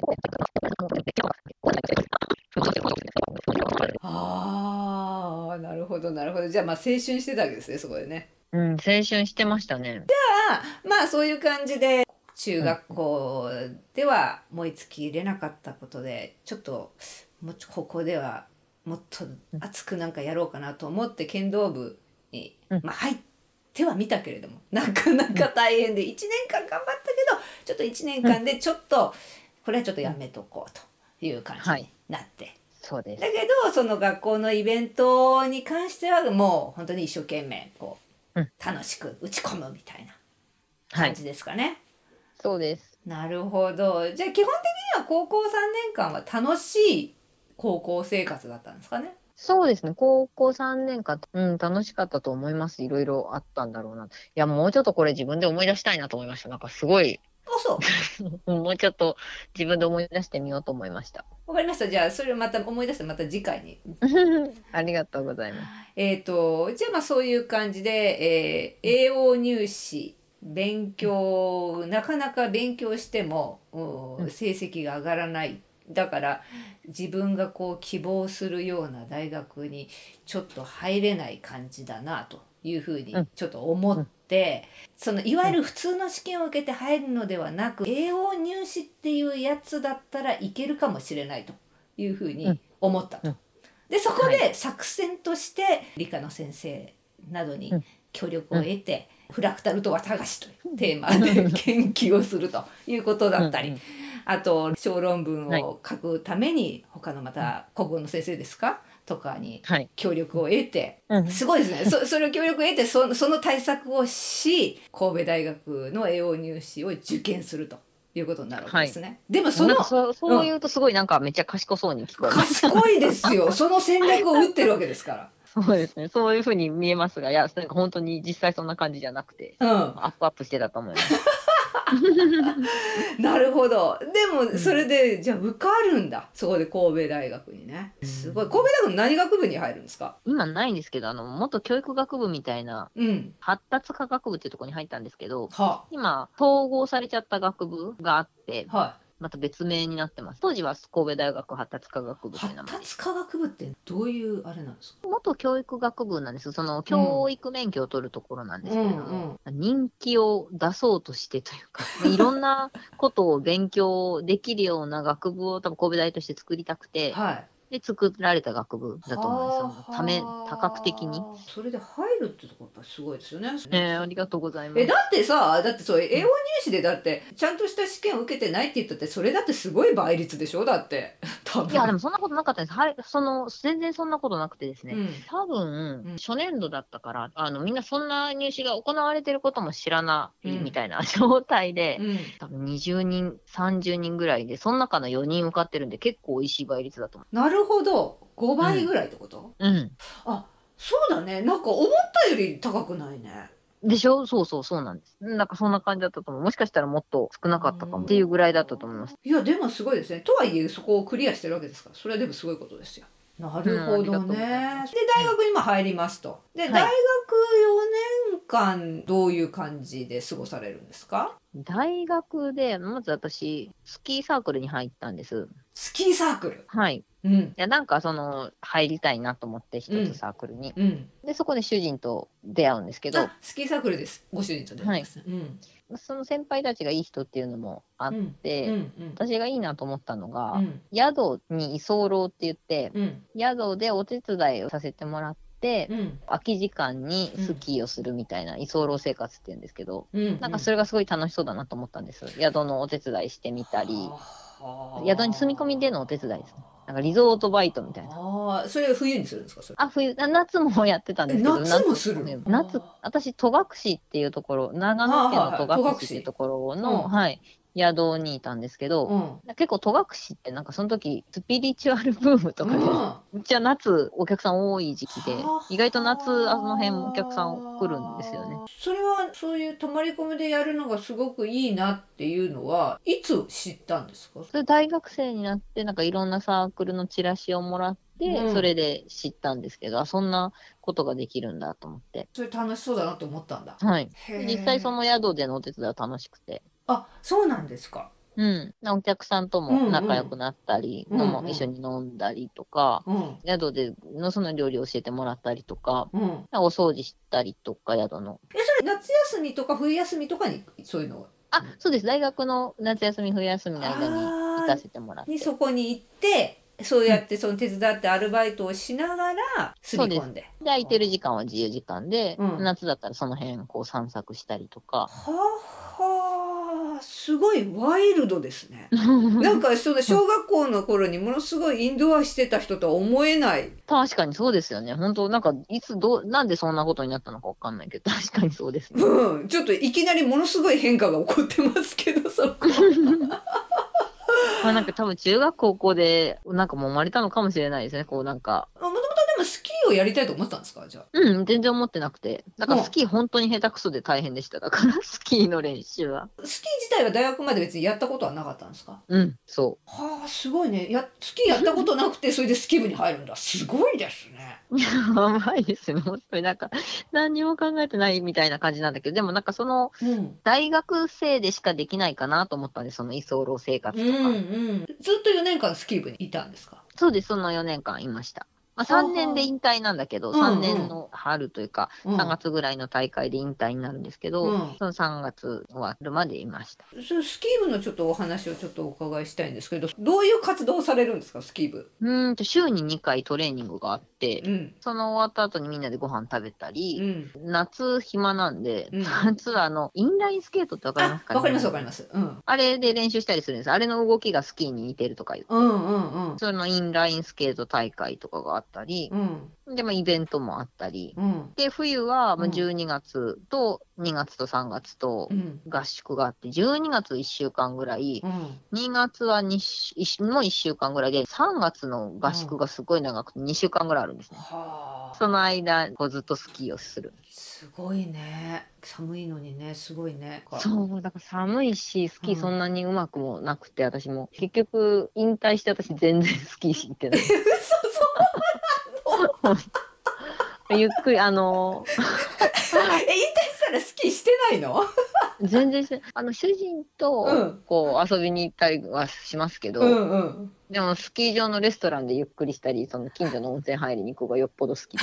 Speaker 1: ああなるほどなるほど。じゃあまあ青春してたわけですねそこでね。
Speaker 2: うん青春してましたね。
Speaker 1: じゃあまあそういう感じで中学校では燃え尽きれなかったことで、うん、ちょっともうここではもっと熱くなんかやろうかなと思って剣道部に、うんまあ、入ってはみたけれどもなかなか大変でいちねんかん頑張ったけどちょっといちねんかんでちょっとこれはちょっとやめとこうという感じになって、はい、そうです。だけどその学校のイベントに関してはもう本当に一生懸命こう、うん、楽しく打ち込むみたいな感じですかね。
Speaker 2: そうです。
Speaker 1: なるほど。じゃあ基本的には高校さんねんかんは楽しい高校生活だったんですかね。
Speaker 2: そうですね。高校さんねんかん、うん、楽しかったと思います。いろいろあったんだろうな。いや、もうちょっとこれ自分で思い出したいなと思いました。なんかすごい、
Speaker 1: あ、そう。
Speaker 2: もうちょっと自分で思い出してみようと思いました。
Speaker 1: わかりました。じゃあそれをまた思い出してまた次回に。
Speaker 2: ありがとうございます。
Speaker 1: えっと、じゃあまあそういう感じで、えー、栄養入試、勉強、なかなか勉強しても、
Speaker 2: うん、
Speaker 1: 成績が上がらない。だから自分がこう希望するような大学にちょっと入れない感じだなというふうに
Speaker 2: うん、
Speaker 1: ちょっと思っ
Speaker 2: うん、
Speaker 1: て、そのいわ
Speaker 2: うん、
Speaker 1: ゆる普通の試験を受けて入るのではなく、栄養入試っていうやつだったらいけるかもしれないというふうに
Speaker 2: うん、
Speaker 1: 思ったと。
Speaker 2: うん。
Speaker 1: でそこ
Speaker 2: はい。
Speaker 1: で作戦として理科の先生などに
Speaker 2: うん、
Speaker 1: 協力
Speaker 2: うん、
Speaker 1: を得て、フラクタルと綿菓子というテーマで研究をするということだ
Speaker 2: うん、
Speaker 1: ったり、
Speaker 2: うん。
Speaker 1: あと小論文
Speaker 2: はい。
Speaker 1: を書くために他のま
Speaker 2: うん、
Speaker 1: た国語の先生ですかとかに
Speaker 2: はい。
Speaker 1: 協力を得て、
Speaker 2: うん、
Speaker 1: すごいですね。そそれを協力を得て、そその対策をし、神戸大学の栄養入試を受験するということになるわけ
Speaker 2: はい。
Speaker 1: ですね。でもその、
Speaker 2: なんかそう、
Speaker 1: うん、
Speaker 2: そう言うとすごいなんかめっちゃ賢そうに聞こえます。
Speaker 1: 賢いですよ。その戦略を打ってるわけですか
Speaker 2: そうですね。そういうふうに見えますが、いや、なんか本当に実際そんな感じじゃなくて、
Speaker 1: ら。うん。
Speaker 2: アップアップしてたと思います。
Speaker 1: なるほど。でもそ
Speaker 2: うん。
Speaker 1: れでじゃあ受かるんだ。そこで神戸大学にね。
Speaker 2: う
Speaker 1: すごい。
Speaker 2: ん、
Speaker 1: 神戸大学の何学部に入るんですか？
Speaker 2: 今ないんですけど、あの、元教育学部みたいな、
Speaker 1: うん。
Speaker 2: 発達科学部っていうところに入ったんですけど、
Speaker 1: は
Speaker 2: 今、統合されちゃった学部があって、
Speaker 1: あ、はい。
Speaker 2: また別名になってます。当時は神戸大学発達科学部って
Speaker 1: 発
Speaker 2: 名前で。
Speaker 1: 達科学部ってどういうあれなんですか？
Speaker 2: 元教育学部なんです。その
Speaker 1: うん。
Speaker 2: 教育免許を取るところなんで
Speaker 1: う
Speaker 2: すけれども、
Speaker 1: んうん。
Speaker 2: 人気を出そうとしてというか、まあいろんなことを勉強できるような学部を多分神戸大として作りたくて、
Speaker 1: はい。
Speaker 2: で、作られた学部だと思うんです。そ
Speaker 1: は
Speaker 2: のため、多角的に。
Speaker 1: あはあ。それで入るってとこやっぱすごいですよね。
Speaker 2: えー、ありがとうござい
Speaker 1: え、
Speaker 2: ます。
Speaker 1: だってさ、だってそう、栄養
Speaker 2: うん、
Speaker 1: 入試でだって、ちゃんとした試験を受けてないって言ったって、それだってすごい倍率でしょだって。多
Speaker 2: いや、で
Speaker 1: 分。
Speaker 2: もそんなことなかったです。はい、その、全然そんなことなくてですね。
Speaker 1: うん。
Speaker 2: 多分、
Speaker 1: うん。
Speaker 2: 初年度だったから、あの、みんなそんな入試が行われてることも知らな
Speaker 1: うん。
Speaker 2: いみたいな状態で、
Speaker 1: うん。
Speaker 2: 多分にじゅうにん、さんじゅうにんぐらいで、その中のよにん受かってるんで、結構美味しい倍率だと思
Speaker 1: なるほど。
Speaker 2: う。うん。
Speaker 1: ごばいぐらいってこと？
Speaker 2: うん。
Speaker 1: あ、そうだね。なんか思ったより高くないね。
Speaker 2: でしょ？そうそうそうなんです。なんかそんな感じだったと思う。もしかしたらもっと少なかったかもっていうぐらいだったと思います。
Speaker 1: いや、でもすごいですね。とはいえ、そこをクリアしてるわけですから、それはでもすごいことですよ。な
Speaker 2: うん、あ
Speaker 1: るほど
Speaker 2: りがとうございま
Speaker 1: ね。
Speaker 2: す。
Speaker 1: で、大学にまあ入りますと。で、大学
Speaker 2: はい。
Speaker 1: よねんかん、どういう感じで過ごされるんですか？
Speaker 2: 大学で、まず私、スキーサークルに入ったんです。
Speaker 1: スキーサークル。
Speaker 2: はい。い
Speaker 1: うん。
Speaker 2: や、なんかその、入りたいなと思って、一つ
Speaker 1: うん。
Speaker 2: サークルに。
Speaker 1: うん。
Speaker 2: で、そこで主人と出会うんですけど、
Speaker 1: あ、スキーサークルです。ご主人と出会い
Speaker 2: はい。
Speaker 1: ます。うん。
Speaker 2: その先輩たちがいい人っていうのもあっ
Speaker 1: うん。うん。
Speaker 2: て、
Speaker 1: うん。
Speaker 2: 私がいいなと思ったのが、
Speaker 1: うん。
Speaker 2: 宿に居候って言って、
Speaker 1: うん。
Speaker 2: 宿でお手伝いをさせてもらって、
Speaker 1: うん。
Speaker 2: 空き時間に
Speaker 1: うん。
Speaker 2: スキーをするみたいな居候生活っていうんですけど、
Speaker 1: うん。う
Speaker 2: なんかそ
Speaker 1: ん。
Speaker 2: れがすごい楽しそうだなと思ったんです。宿のお手伝いしてみたり、
Speaker 1: は
Speaker 2: 宿に住み込みでのお手伝いですね。なんかリゾートバイトみたいな。
Speaker 1: あ。ああ、それは冬にするんですか、それ？
Speaker 2: あ、冬、あ夏もやってたん
Speaker 1: え、
Speaker 2: ですけど、
Speaker 1: 夏
Speaker 2: 夏、
Speaker 1: もするの？
Speaker 2: 夏、私、戸隠っていうところ、長野
Speaker 1: ああ、
Speaker 2: 県の戸
Speaker 1: はいはい。戸隠。
Speaker 2: 隠っていうところの、
Speaker 1: うん。
Speaker 2: はい、宿にいたんですけど、
Speaker 1: うん。
Speaker 2: 結構戸隠ってなんかその時、スピリチュアルブームと
Speaker 1: うん。
Speaker 2: かで、
Speaker 1: は
Speaker 2: めっちゃ夏お客さん多い時期で、
Speaker 1: あ
Speaker 2: 意外と夏あの辺お客さん来るんですよね。
Speaker 1: はあ。それはそういう泊まり込みでやるのがすごくいいなっていうのはいつ知ったんですか？
Speaker 2: それ大学生になって、なんかいろんなサークルのチラシをもらって、そ
Speaker 1: うん。
Speaker 2: れで知ったんですけど、あ、そんなことができるんだと思って。
Speaker 1: それ楽しそうだなと思ったんだ。
Speaker 2: はい。
Speaker 1: へ
Speaker 2: で実際そ
Speaker 1: え。
Speaker 2: の宿でのお手伝いは楽しくて。
Speaker 1: あ、そうなんですか。
Speaker 2: うん。お客さんと
Speaker 1: う
Speaker 2: も
Speaker 1: んうん。
Speaker 2: 仲良くなったり、
Speaker 1: うん
Speaker 2: のも一緒
Speaker 1: うん。
Speaker 2: に飲んだりとか、
Speaker 1: うん。
Speaker 2: 宿でのその料理を教えてもらったりとか、
Speaker 1: うん。
Speaker 2: お掃除したりとか、宿の。
Speaker 1: え、それ夏休みとか冬休みとかにそういうのを。
Speaker 2: あ、そうです。大学の夏休み、冬休みの間に行
Speaker 1: ああ、
Speaker 2: かせてもらっ
Speaker 1: に
Speaker 2: て。
Speaker 1: そこに行って、そう
Speaker 2: うん。
Speaker 1: やってその手伝ってアルバイトをしながら住
Speaker 2: そうです。
Speaker 1: み込んで。
Speaker 2: で、空いてる時間は自由時間で、
Speaker 1: うん。
Speaker 2: 夏だったらその辺こう散策したりとか。
Speaker 1: ははあ、すごいワイルドですね。なんかその小学校の頃にものすごいインドアしてた人とは思えない。
Speaker 2: 確かにそうですよね。本当なんかいつどうなんでそんなことになったのかわかんないけど、確かにそうですね。
Speaker 1: うん、ちょっといきなりものすごい変化が起こってますけど、そこ。
Speaker 2: まあなんか多分中学高校でなんかもう生まれたのかもしれないですね。こうなんか。
Speaker 1: もともとでもスキーをやりたいと思ったんですか、じゃあ。
Speaker 2: うん、全然思ってなくて。だからスキー本当に下手くそで大変でした。だからスキーの練習は。
Speaker 1: スキー自体は大学まで別にやったことはなかったんですか？
Speaker 2: うん、そう。
Speaker 1: はあ、すごいね。や、スキーやったことなくて、それでスキー部に入るんだ。すごいですね。
Speaker 2: やばいですよ。本当になんか、何にも考えてないみたいな感じなんだけど、でもなんかその、うん、大学生でしかできないかなと思ったんです、その居候生活とか。うんうん。
Speaker 1: ずっとよねんかんスキー部にいたんですか？
Speaker 2: そうです、そのよねんかんいました。まあ、さんねんで引退なんだけど、さんねんの春というか、さんがつぐらいの大会で引退になるんですけど、うん、そのさんがつ終わるまでいました。
Speaker 1: そのスキー部のちょっとお話をちょっとお伺いしたいんですけど、どういう活動をされるんですか、スキー部？
Speaker 2: うんと週ににかいトレーニングがあって、うん、その終わった後にみんなでご飯食べたり、うん、夏暇なんで、うん、夏はあのインラインスケートってわかりますかね？
Speaker 1: わかりますわかります、うん。
Speaker 2: あれで練習したりするんです。あれの動きがスキーに似てるとか言って、うんうんうん、そのインラインスケート大会とかがあったり、うん、で、まあ、イベントもあったり、うん、で冬はじゅうにがつとにがつとさんがつと合宿があって、じゅうにがついっしゅうかんぐらい、うん、にがつはにもいっしゅうかんぐらいで、さんがつの合宿がすごい長くてにしゅうかんぐらいあるんですね。うん、その間こうずっとスキーをする。
Speaker 1: すごいね。寒いのにね、すごいね。
Speaker 2: そう、だから寒いし、スキーそんなにうまくもなくて、うん、私も結局引退して私全然スキー行ってない。嘘、そうなの？ゆっくり、あのー、え、引退
Speaker 1: したらスキーしてないの？
Speaker 2: 全然して、あの、主人と、こう、遊びに行ったりはしますけど、うんうん、でも、スキー場のレストランでゆっくりしたり、その近所の温泉入りに行く方がよっぽど好きで。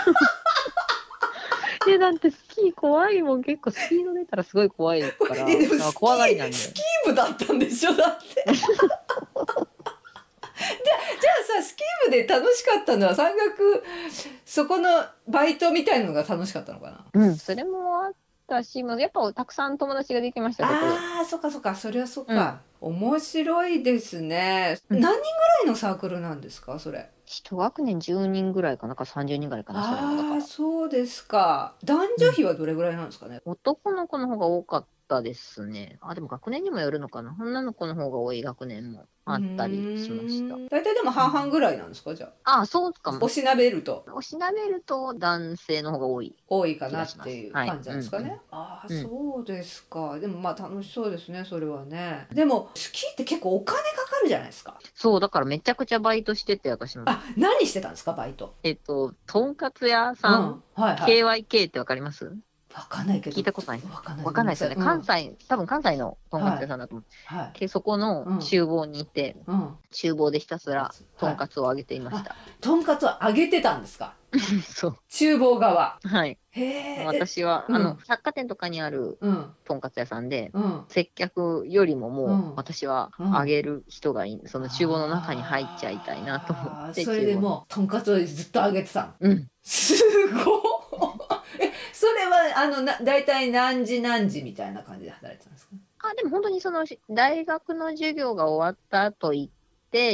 Speaker 2: で、だってスキー怖いもん、結構スピード出たらすごい怖いから、怖がりなんで。
Speaker 1: スキー部だったんでしょ、だって。じゃあ、じゃあさ、スキー部で楽しかったのは山岳、そこのバイトみたいなのが楽しかったのかな？
Speaker 2: うん、それもあったし、やっぱたくさん友達ができました。
Speaker 1: ああ、そっかそっか、それはそっか、うん、面白いですね。何人ぐらいのサークルなんですか、それ？
Speaker 2: 一学年じゅうにんぐらいかな、かさんじゅうにんぐらいかな。
Speaker 1: ああ、そうですか。男女比はどれぐらいなんですかね？
Speaker 2: うん、男の子の方が多かったですね。あ、でも学年にもよるのかな。女の子の方が多い学年もあったりしました。
Speaker 1: 大体でも半々ぐらいなんですか、うん、じゃあ。
Speaker 2: ああ、そうかも。
Speaker 1: おしなべると。
Speaker 2: おしなべると男性の方が多い。
Speaker 1: 多いかなっていう感じなんですかね。はい、うん、ああ、
Speaker 2: うん、
Speaker 1: そうですか。でもまあ楽しそうですね、それはね。でもスキーって結構お金かかるじゃないですか。
Speaker 2: そう、だからめちゃくちゃバイトしてて、私も。
Speaker 1: あ、何してたんですか、バイト？
Speaker 2: えっと、とんかつ屋さん、うん、はいはい、ケーワイケー ってわかります？
Speaker 1: わかんないけど。
Speaker 2: 聞いたことない。
Speaker 1: わかんない。
Speaker 2: わかんないですよね。うん、関西、多分関西のとんかつ屋さんだと思う。はい。で、そこの厨房にいて、うん、厨房でひたすらとんかつを揚げていました。はい、
Speaker 1: とんかつを揚げてたんですか？
Speaker 2: そう。
Speaker 1: 厨房側。
Speaker 2: はい。
Speaker 1: へえ。
Speaker 2: 私は、うん、あの、百貨店とかにあるとんかつ屋さんで、うん、接客よりももう、うん、私は揚げる人がいい、その厨房の中に入っちゃいたいなと思って。
Speaker 1: それでもう、とんかつをずっと揚げてたの？
Speaker 2: うん。
Speaker 1: すごい。え、それは、あの、な、大体何時何時みたいな感じで働いてたんですか？
Speaker 2: あ、でも本当にその、大学の授業が終わった後行って、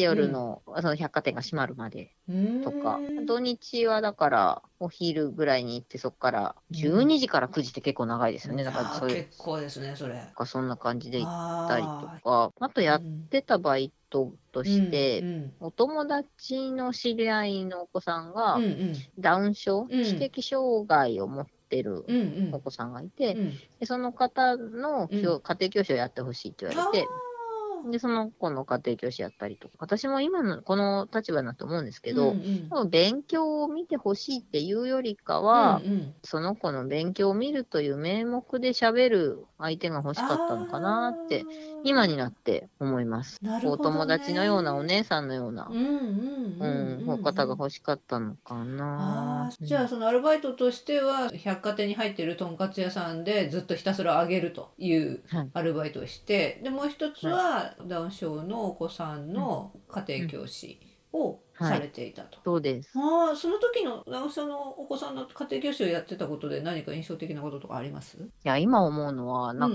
Speaker 2: 夜の、うん、その百貨店が閉まるまでとか、土日はだからお昼ぐらいに行って、そこからじゅうにじからくじって結構長いですよね。だからそういう
Speaker 1: 結構ですね、それ。
Speaker 2: そんな感じで行ったりとか、あとやってたバイトとして、うんうん、お友達の知り合いのお子さんが、うんうん、ダウン症、うん、知的障害を持ってるお子さんがいて、うんうん、でその方の、うん、家庭教師をやってほしいって言われて、で、その子の家庭教師やったりとか、私も今のこの立場だと思うんですけど、うんうん、勉強を見てほしいっていうよりかは、うんうん、その子の勉強を見るという名目で喋る相手が欲しかったのかなって、今になって思います。なるほどね。お友達のようなお姉さんのような、お方が欲しかったのかな。
Speaker 1: あ、じゃあそのアルバイトとしては、百貨店に入ってるとんかつ屋さんでずっとひたすら揚げるというアルバイトをして、はい、で、もう一つは、はい、ダウン症のお子さんの家庭教師をされていたと。
Speaker 2: はい、そうです。
Speaker 1: ああ、その時のダウン症のお子さんの家庭教師をやってたことで何か印象的なこととかあります？
Speaker 2: いや、今思うのはなんか、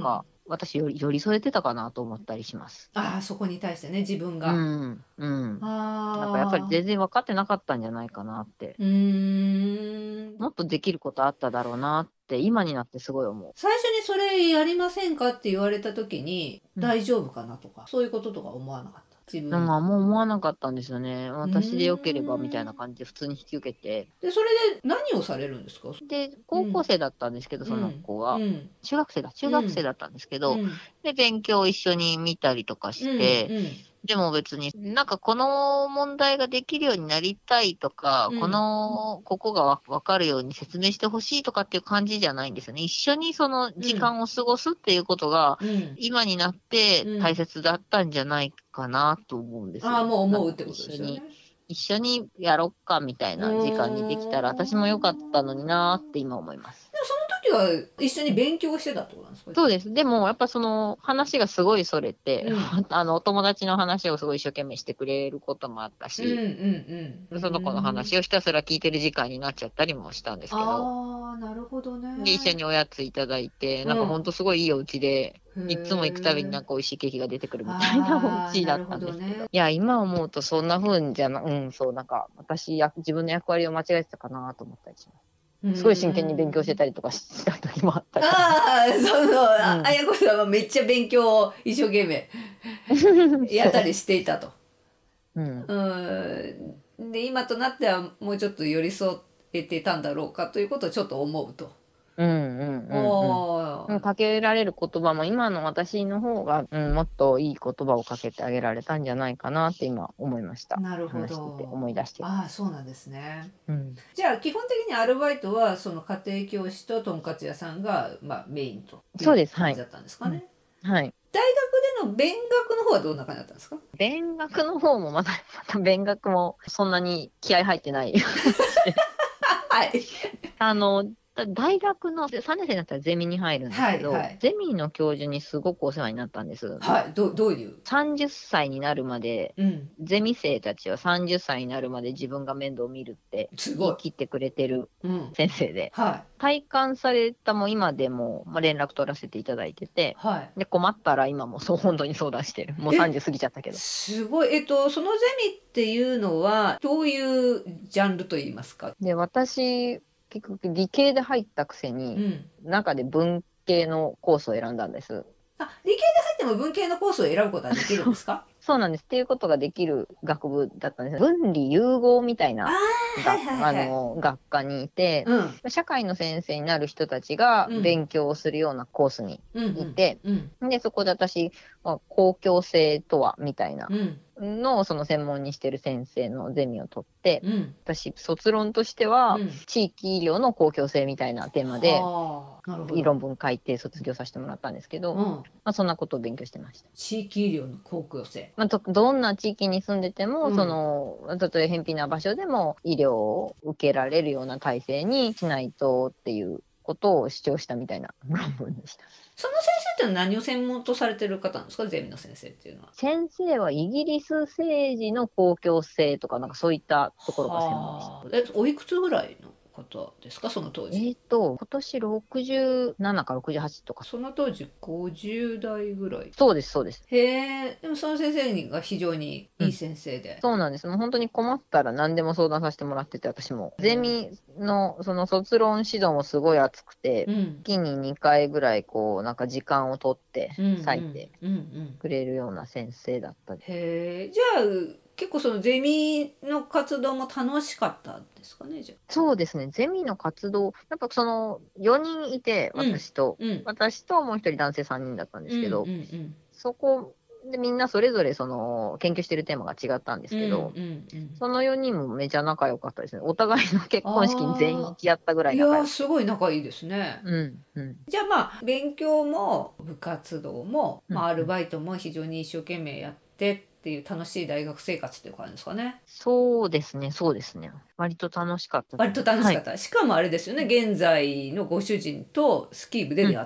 Speaker 2: 私より寄り添えてたかなと思ったりします。
Speaker 1: ああ、そこに対してね、自分
Speaker 2: う
Speaker 1: が。
Speaker 2: ん、うん。
Speaker 1: あ
Speaker 2: なんかやっぱり
Speaker 1: あ。
Speaker 2: 全然分かってなかったんじゃないかなって。
Speaker 1: うーん。
Speaker 2: もっとできることあっただろうなって今になってすごい思う。
Speaker 1: 最初にそれやりませんかって言われた時に、
Speaker 2: うん、
Speaker 1: 大丈夫かなとか、そういうこととか思わなかった。自分。
Speaker 2: でももう思わなかったんですよね。
Speaker 1: う
Speaker 2: 私でよければみたいな
Speaker 1: ーん。
Speaker 2: 感じで普通に引き受けて。
Speaker 1: で、それで何をされるんですか？
Speaker 2: で、高校
Speaker 1: うん。
Speaker 2: 生だったんですけど、
Speaker 1: う
Speaker 2: その
Speaker 1: ん。
Speaker 2: 子は。
Speaker 1: うん。
Speaker 2: 中学生だ、中
Speaker 1: うん。
Speaker 2: 学生だったんですけど、
Speaker 1: うん。
Speaker 2: で、勉強を一緒に見たりとか
Speaker 1: うん。
Speaker 2: して、
Speaker 1: うん。
Speaker 2: でも別になんかこの問題ができるようになりたいとか、こ
Speaker 1: うん。
Speaker 2: の、ここがわわかるように説明してほしいとかっていう感じじゃないんですよね。一緒にその時
Speaker 1: うん。
Speaker 2: 間を過ごすっていうことが、
Speaker 1: うん。
Speaker 2: 今になって大
Speaker 1: うん。
Speaker 2: 切だったんじゃないかなと思うんです
Speaker 1: ああ、
Speaker 2: よ。
Speaker 1: もう
Speaker 2: なんか
Speaker 1: 思うってことで
Speaker 2: 一緒に、
Speaker 1: すよね。
Speaker 2: 一緒にやろっかみたい
Speaker 1: う
Speaker 2: な時間にできたら私も良かったのになーって今思います。
Speaker 1: でもその時は一緒に勉強してたってことなんですか？
Speaker 2: そうです。でも、やっぱその話がすごいそれて、
Speaker 1: うん。
Speaker 2: あの、お友達の話をすごい一生懸命してくれることもあった
Speaker 1: うんうん
Speaker 2: し、
Speaker 1: うん。う
Speaker 2: その子の
Speaker 1: ーん。
Speaker 2: 話をひたすら聞いてる時間になっちゃったりもしたんですけど、
Speaker 1: ああ、なるほど
Speaker 2: で、一緒
Speaker 1: ね。
Speaker 2: におやついただいて、なんかほん
Speaker 1: うん。
Speaker 2: とすごいいいお家で、
Speaker 1: へ
Speaker 2: いつも行くたびになん
Speaker 1: え。
Speaker 2: か美味しいケーキが出てくるみたいなお
Speaker 1: ああ、
Speaker 2: 家だっ
Speaker 1: なるほ
Speaker 2: たんですけど。
Speaker 1: どね。
Speaker 2: いや、今思うとそんな風んじゃな、うん、そう、なんか私や、自分の役割を間違えてたかなと思ったりします。
Speaker 1: う
Speaker 2: すごい真剣に勉強してた
Speaker 1: ーん。
Speaker 2: りとかした時もあったから。
Speaker 1: ああ、そうそう、あ、あ
Speaker 2: うん。
Speaker 1: やこさんはめっちゃ勉強を一生懸命やった
Speaker 2: そ
Speaker 1: りしていたと。
Speaker 2: う。うん。
Speaker 1: うーん。で、今となってはもうちょっと寄り添えてたんだろうかということをちょっと思うと。
Speaker 2: うんうん
Speaker 1: お
Speaker 2: うんうん。うん、
Speaker 1: ー。
Speaker 2: かけられる言葉も今の私の方が、うん、もっといい言葉をかけてあげられたんじゃないかなって今思いました。
Speaker 1: なるほ
Speaker 2: 話してて、
Speaker 1: ど。
Speaker 2: 思い出して。
Speaker 1: ああ、そうなんですね。
Speaker 2: うん。
Speaker 1: じゃあ基本的にアルバイトはその家庭教師ととんかつ屋さんが、まあ、メインという
Speaker 2: そうです。はい。
Speaker 1: 感じだったんですか
Speaker 2: うん。
Speaker 1: ね。
Speaker 2: はい。
Speaker 1: 大学での勉学の方はどんな感じだったんですか？
Speaker 2: 勉学の方もまた、また勉学もそんなに気合入ってない話で。
Speaker 1: はい。
Speaker 2: あの、だ大学のさんねん生になったらゼミに入るんです
Speaker 1: は
Speaker 2: けど、
Speaker 1: いはい。
Speaker 2: ゼミの教授にすごくお世話になったんです。
Speaker 1: はい。どどういう。
Speaker 2: さんじゅっさいになるまで、
Speaker 1: うん。
Speaker 2: ゼミ生たちはさんじゅっさいになるまで自分が面倒を見るって
Speaker 1: すごい。
Speaker 2: 言い切ってくれてる
Speaker 1: うん。
Speaker 2: 先生で、
Speaker 1: はい。
Speaker 2: 体感されたも今でも、まあ、連絡取らせていただいてて、
Speaker 1: は
Speaker 2: で、困ったら今もそう本当に相談してる。もう
Speaker 1: い。
Speaker 2: さんじゅう
Speaker 1: え、
Speaker 2: 過ぎちゃったけど。
Speaker 1: すごい。えっと、そのゼミっていうのは、どういうジャンルといいますか？
Speaker 2: で、私、結局理系で入ったくせに、
Speaker 1: うん。
Speaker 2: 中で文系のコースを選んだんです。
Speaker 1: あ、理系で入っても文系のコースを選ぶことはできるんですか？
Speaker 2: そうなんです。っていうことができる学部だったんです。分離融合みたい
Speaker 1: ああ
Speaker 2: な
Speaker 1: ー、はい
Speaker 2: が、あ
Speaker 1: はいはい。
Speaker 2: の、学科にいて、
Speaker 1: うん。
Speaker 2: 社会の先生になる人たちが
Speaker 1: うん。
Speaker 2: 勉強をするようなコースに
Speaker 1: うんうん
Speaker 2: いて、
Speaker 1: うん
Speaker 2: で、そこで私、まあ、公共性とは、みたいな
Speaker 1: うん
Speaker 2: のをその専門にしてる先生のゼミを取って、
Speaker 1: うん
Speaker 2: 私、卒論としては、
Speaker 1: うん。
Speaker 2: 地域医療の公共性みたいなテーマで、
Speaker 1: はあ、なるほど。
Speaker 2: 論文書いて卒業させてもらったんですけど、ま
Speaker 1: うん。
Speaker 2: あ、そんなことを勉強してました。
Speaker 1: 地域医療の公共性。
Speaker 2: まあ、とどんな地域に住んでても、
Speaker 1: うん。
Speaker 2: その、たとえ偏僻な場所でも医療を受けられるような体制にしないとっていうことを主張したみたいな論文でした。
Speaker 1: その先生って何を専門とされてる方なんですか？ゼミの先生っていうのは。
Speaker 2: 先生はイギリス政治の公共性とか、なんかそういったところが専門でした。
Speaker 1: はあ。え、おいくつぐらいの方ですか？その当
Speaker 2: え
Speaker 1: 時。
Speaker 2: ーと、今年ろくじゅうななかろくじゅうはちとか。
Speaker 1: その当時ごじゅう代ぐらい。
Speaker 2: そうです、そうです。
Speaker 1: へえ、でもその先生が非常にいい
Speaker 2: うん。
Speaker 1: 先生で。
Speaker 2: そうなんです。もう本当に困ったら何でも相談させてもらってて、私も。ゼ
Speaker 1: へ
Speaker 2: ミのその卒論指導もすごい熱くて、
Speaker 1: え。うん。
Speaker 2: 月ににかいぐらいこう、なんか時間を取って
Speaker 1: うんうん
Speaker 2: 割いて
Speaker 1: うんうん。
Speaker 2: くれるような先生だったり。
Speaker 1: へえ、じゃあ結構そのゼミの活動も楽しかったんですかね、じゃあ。
Speaker 2: そうですね。ゼミの活動、やっぱそのよにんいて、
Speaker 1: うん
Speaker 2: 私と、
Speaker 1: うん
Speaker 2: 私ともう一人男性さんにんだったんで
Speaker 1: うんうん
Speaker 2: すけど、
Speaker 1: うん
Speaker 2: そこでみんなそれぞれその研究してるテーマが違ったんです
Speaker 1: うんうん
Speaker 2: けど、
Speaker 1: うん
Speaker 2: そのよにんもめちゃ仲良かったですね。お互いの結婚式に全員行
Speaker 1: あ
Speaker 2: き合ったぐら
Speaker 1: あ、いやー、
Speaker 2: い仲良くて。
Speaker 1: すごい仲いいですね。
Speaker 2: うん、うん、
Speaker 1: じゃあまあ勉強も部活動も、まあ、
Speaker 2: うん、うん。
Speaker 1: アルバイトも非常に一生懸命やってっていう楽しい大学生活っていう感じですかね。
Speaker 2: そうですね、そうですね。割と楽しかったと
Speaker 1: 割と
Speaker 2: 思います。はい。
Speaker 1: 楽しかった。しかもあれですよね、現在のご主人とスキー部で
Speaker 2: うん。
Speaker 1: 出会ったと。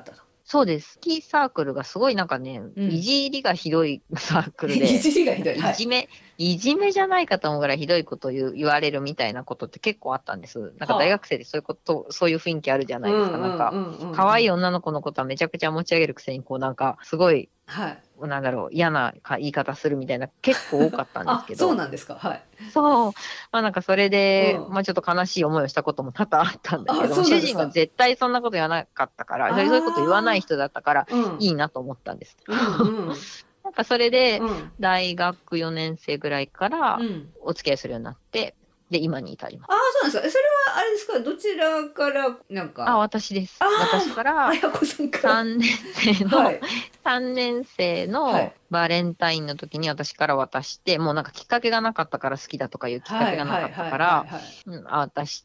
Speaker 2: そうです。スキーサークルがすごいなんかね、うん、いじりがひどいサークルで。
Speaker 1: いじりがひどい。
Speaker 2: いじめ、はい、いじめじゃないかと思うぐらいひどいことを言う言われるみたいなことって結構あったんです。なんか大学生でそういうこと、はあ、そういう雰囲気あるじゃないですか。なんか、可愛い女の子のことはめちゃくちゃ持ち上げるくせに、こうなんか、すごい、はい、なんだろう、嫌な言い方するみたいな結構多かったんですけど。
Speaker 1: あ、そうなんですか。はい。
Speaker 2: そう。まあなんかそれで、うん、まあちょっと悲しい思いをしたことも多々あったんだけど、主人が絶対そんなこと言わなかったから、そういうこと言わない人だったから、いいなと思ったんです。うんうんなんかそれで、大学よねん生ぐらいからお付き合いするようになって、で、今に至ります。
Speaker 1: ああ、そうなんですか。それはあれですか、どちらからなんか。
Speaker 2: あ、私です。私から、さんねん生の、はい、さんねん生のバレンタインの時に私から渡して、もうなんかきっかけがなかったから好きだとかいうきっかけがなかったから、渡して、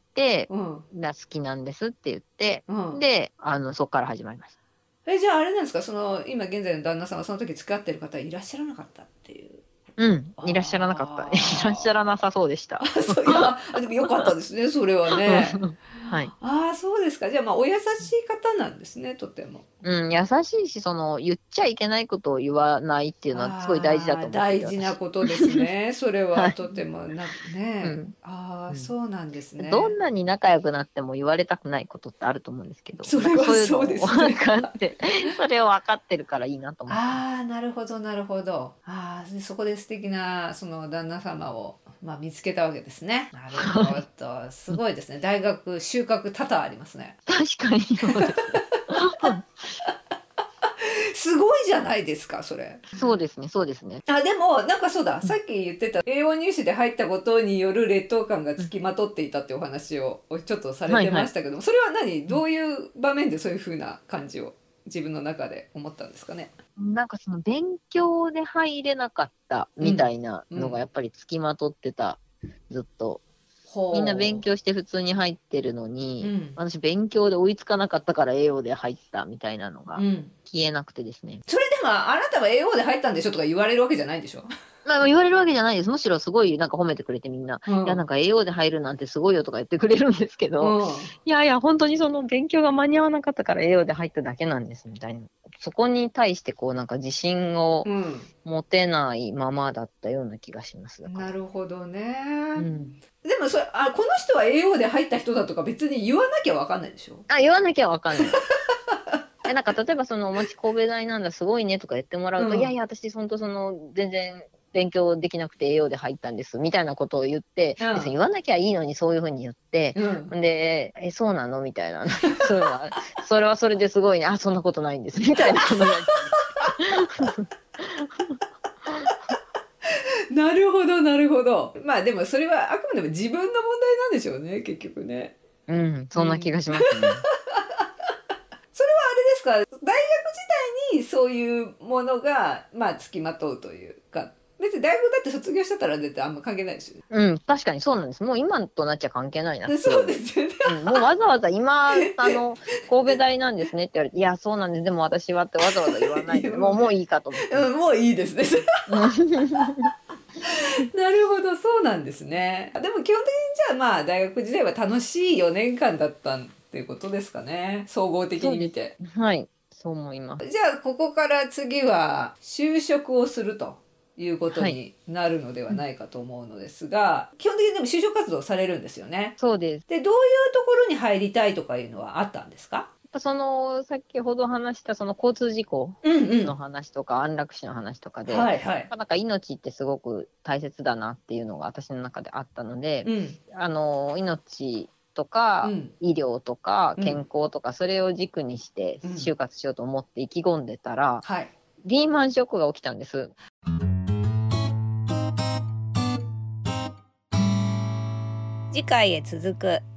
Speaker 2: うん、好きなんですって言って、うん、で、あの、そこから始まりました。
Speaker 1: え、じゃああれなんですか、その、今現在の旦那さんはその時使ってる方いらっしゃらなかったっていう。
Speaker 2: うん、いらっしゃらなかった。いらっしゃらなさそうでした。
Speaker 1: そういや、でもよかったですね、それはね。
Speaker 2: はい。
Speaker 1: ああ、そうですか。じゃあ、まあ、お優しい方なんですね、とても。
Speaker 2: うん、優しいし、その、言っちゃいけないことを言わないっていうのはすごい大事だと思って
Speaker 1: 大事なことですね。それはとてもな、ね、うん。ああ、うん、そうなんですね。
Speaker 2: どんなに仲良くなっても言われたくないことってあると思うんですけど、
Speaker 1: それはそうですね。
Speaker 2: 分かって、それを分かってるからいいなと思って。
Speaker 1: ああ、なるほど、なるほど。ああ、そこで素敵な、その旦那様を、まあ、見つけたわけですね。なるほど。すごいですね。大学収穫多々ありますね。
Speaker 2: 確かにそうですね。
Speaker 1: すごいじゃないですか、それ。
Speaker 2: そうですね、そうですね。
Speaker 1: あ、でも、なんかそうだ、さっき言ってた栄養入試で入ったことによる劣等感がつきまとっていたってお話をちょっとされてましたけども、はいはい、それは何、どういう場面でそういう風な感じを自分の中で思ったんですかね。
Speaker 2: なんかその勉強で入れなかったみたいなのがやっぱりつきまとってた、うんうん、ずっと。みんな勉強して普通に入ってるのに、うん、私勉強で追いつかなかったから栄養で入ったみたいなのが消えなくてですね、うん、
Speaker 1: それでもあなたは栄養で入ったんでしょとか言われるわけじゃないんでしょ。
Speaker 2: まあ言われるわけじゃないです。むしろすごいなんか褒めてくれてみんな、うん、いやなんか栄養で入るなんてすごいよとか言ってくれるんですけど、うん、いやいや本当にその勉強が間に合わなかったから栄養で入っただけなんですみたいな、そこに対してこうなんか自信を持てないままだったような気がします。
Speaker 1: なるほどね、うん、でもそれ、あ、この人は栄養で入った人だとか別に言わなきゃ分かんないでしょ。
Speaker 2: あ、言わなきゃ分かんないえ、なんか例えばそのお町神戸大なんだすごいねとか言ってもらうと、うん、いやいや私本当その全然勉強できなくて栄養で入ったんですみたいなことを言って、うん、別に言わなきゃいいのにそういうふうに言って、うん、でえそうなのみたいなそういうのはそれはそれですごいね、あそんなことないんですみたいな
Speaker 1: なるほどなるほど。まあでもそれはあくまでも自分の問題なんでしょうね、結局ね。
Speaker 2: うん、そんな気がしますね、うん、それは
Speaker 1: あれですか、大学時代にそういうものがまあつきまとうというか、別に大学だって卒業してたら絶対あんま関係ないですよね。
Speaker 2: うん、確かにそうなんです。もう今となっちゃ関係ないな。
Speaker 1: そうですよね、
Speaker 2: うん、もうわざわざ今あの神戸大なんですねって言われて、いやそうなんです、でも私はってわざわざ言わないでもうもういいかと思って、
Speaker 1: うん、もういいですねなるほど、そうなんですね。でも基本的にじゃあまあ大学時代は楽しいよねんかんだったっていうことですかね、総合的に見て。
Speaker 2: はい、そう思います。
Speaker 1: じゃあここから次は就職をするということになるのではないかと思うのですが、はい、基本的にでも就職活動されるんですよね。
Speaker 2: そうです。
Speaker 1: で、どういうところに入りたいとかいうのはあったんですか？
Speaker 2: その先ほど話したその交通事故の話とか、うんうん、安楽死の話とかで、はいはい、なんか命ってすごく大切だなっていうのが私の中であったので、うん、あの命とか、うん、医療とか健康とか、うん、それを軸にして就活しようと思って意気込んでたら、うん、はい、リーマンショックが起きたんです。
Speaker 1: 次回へ続く。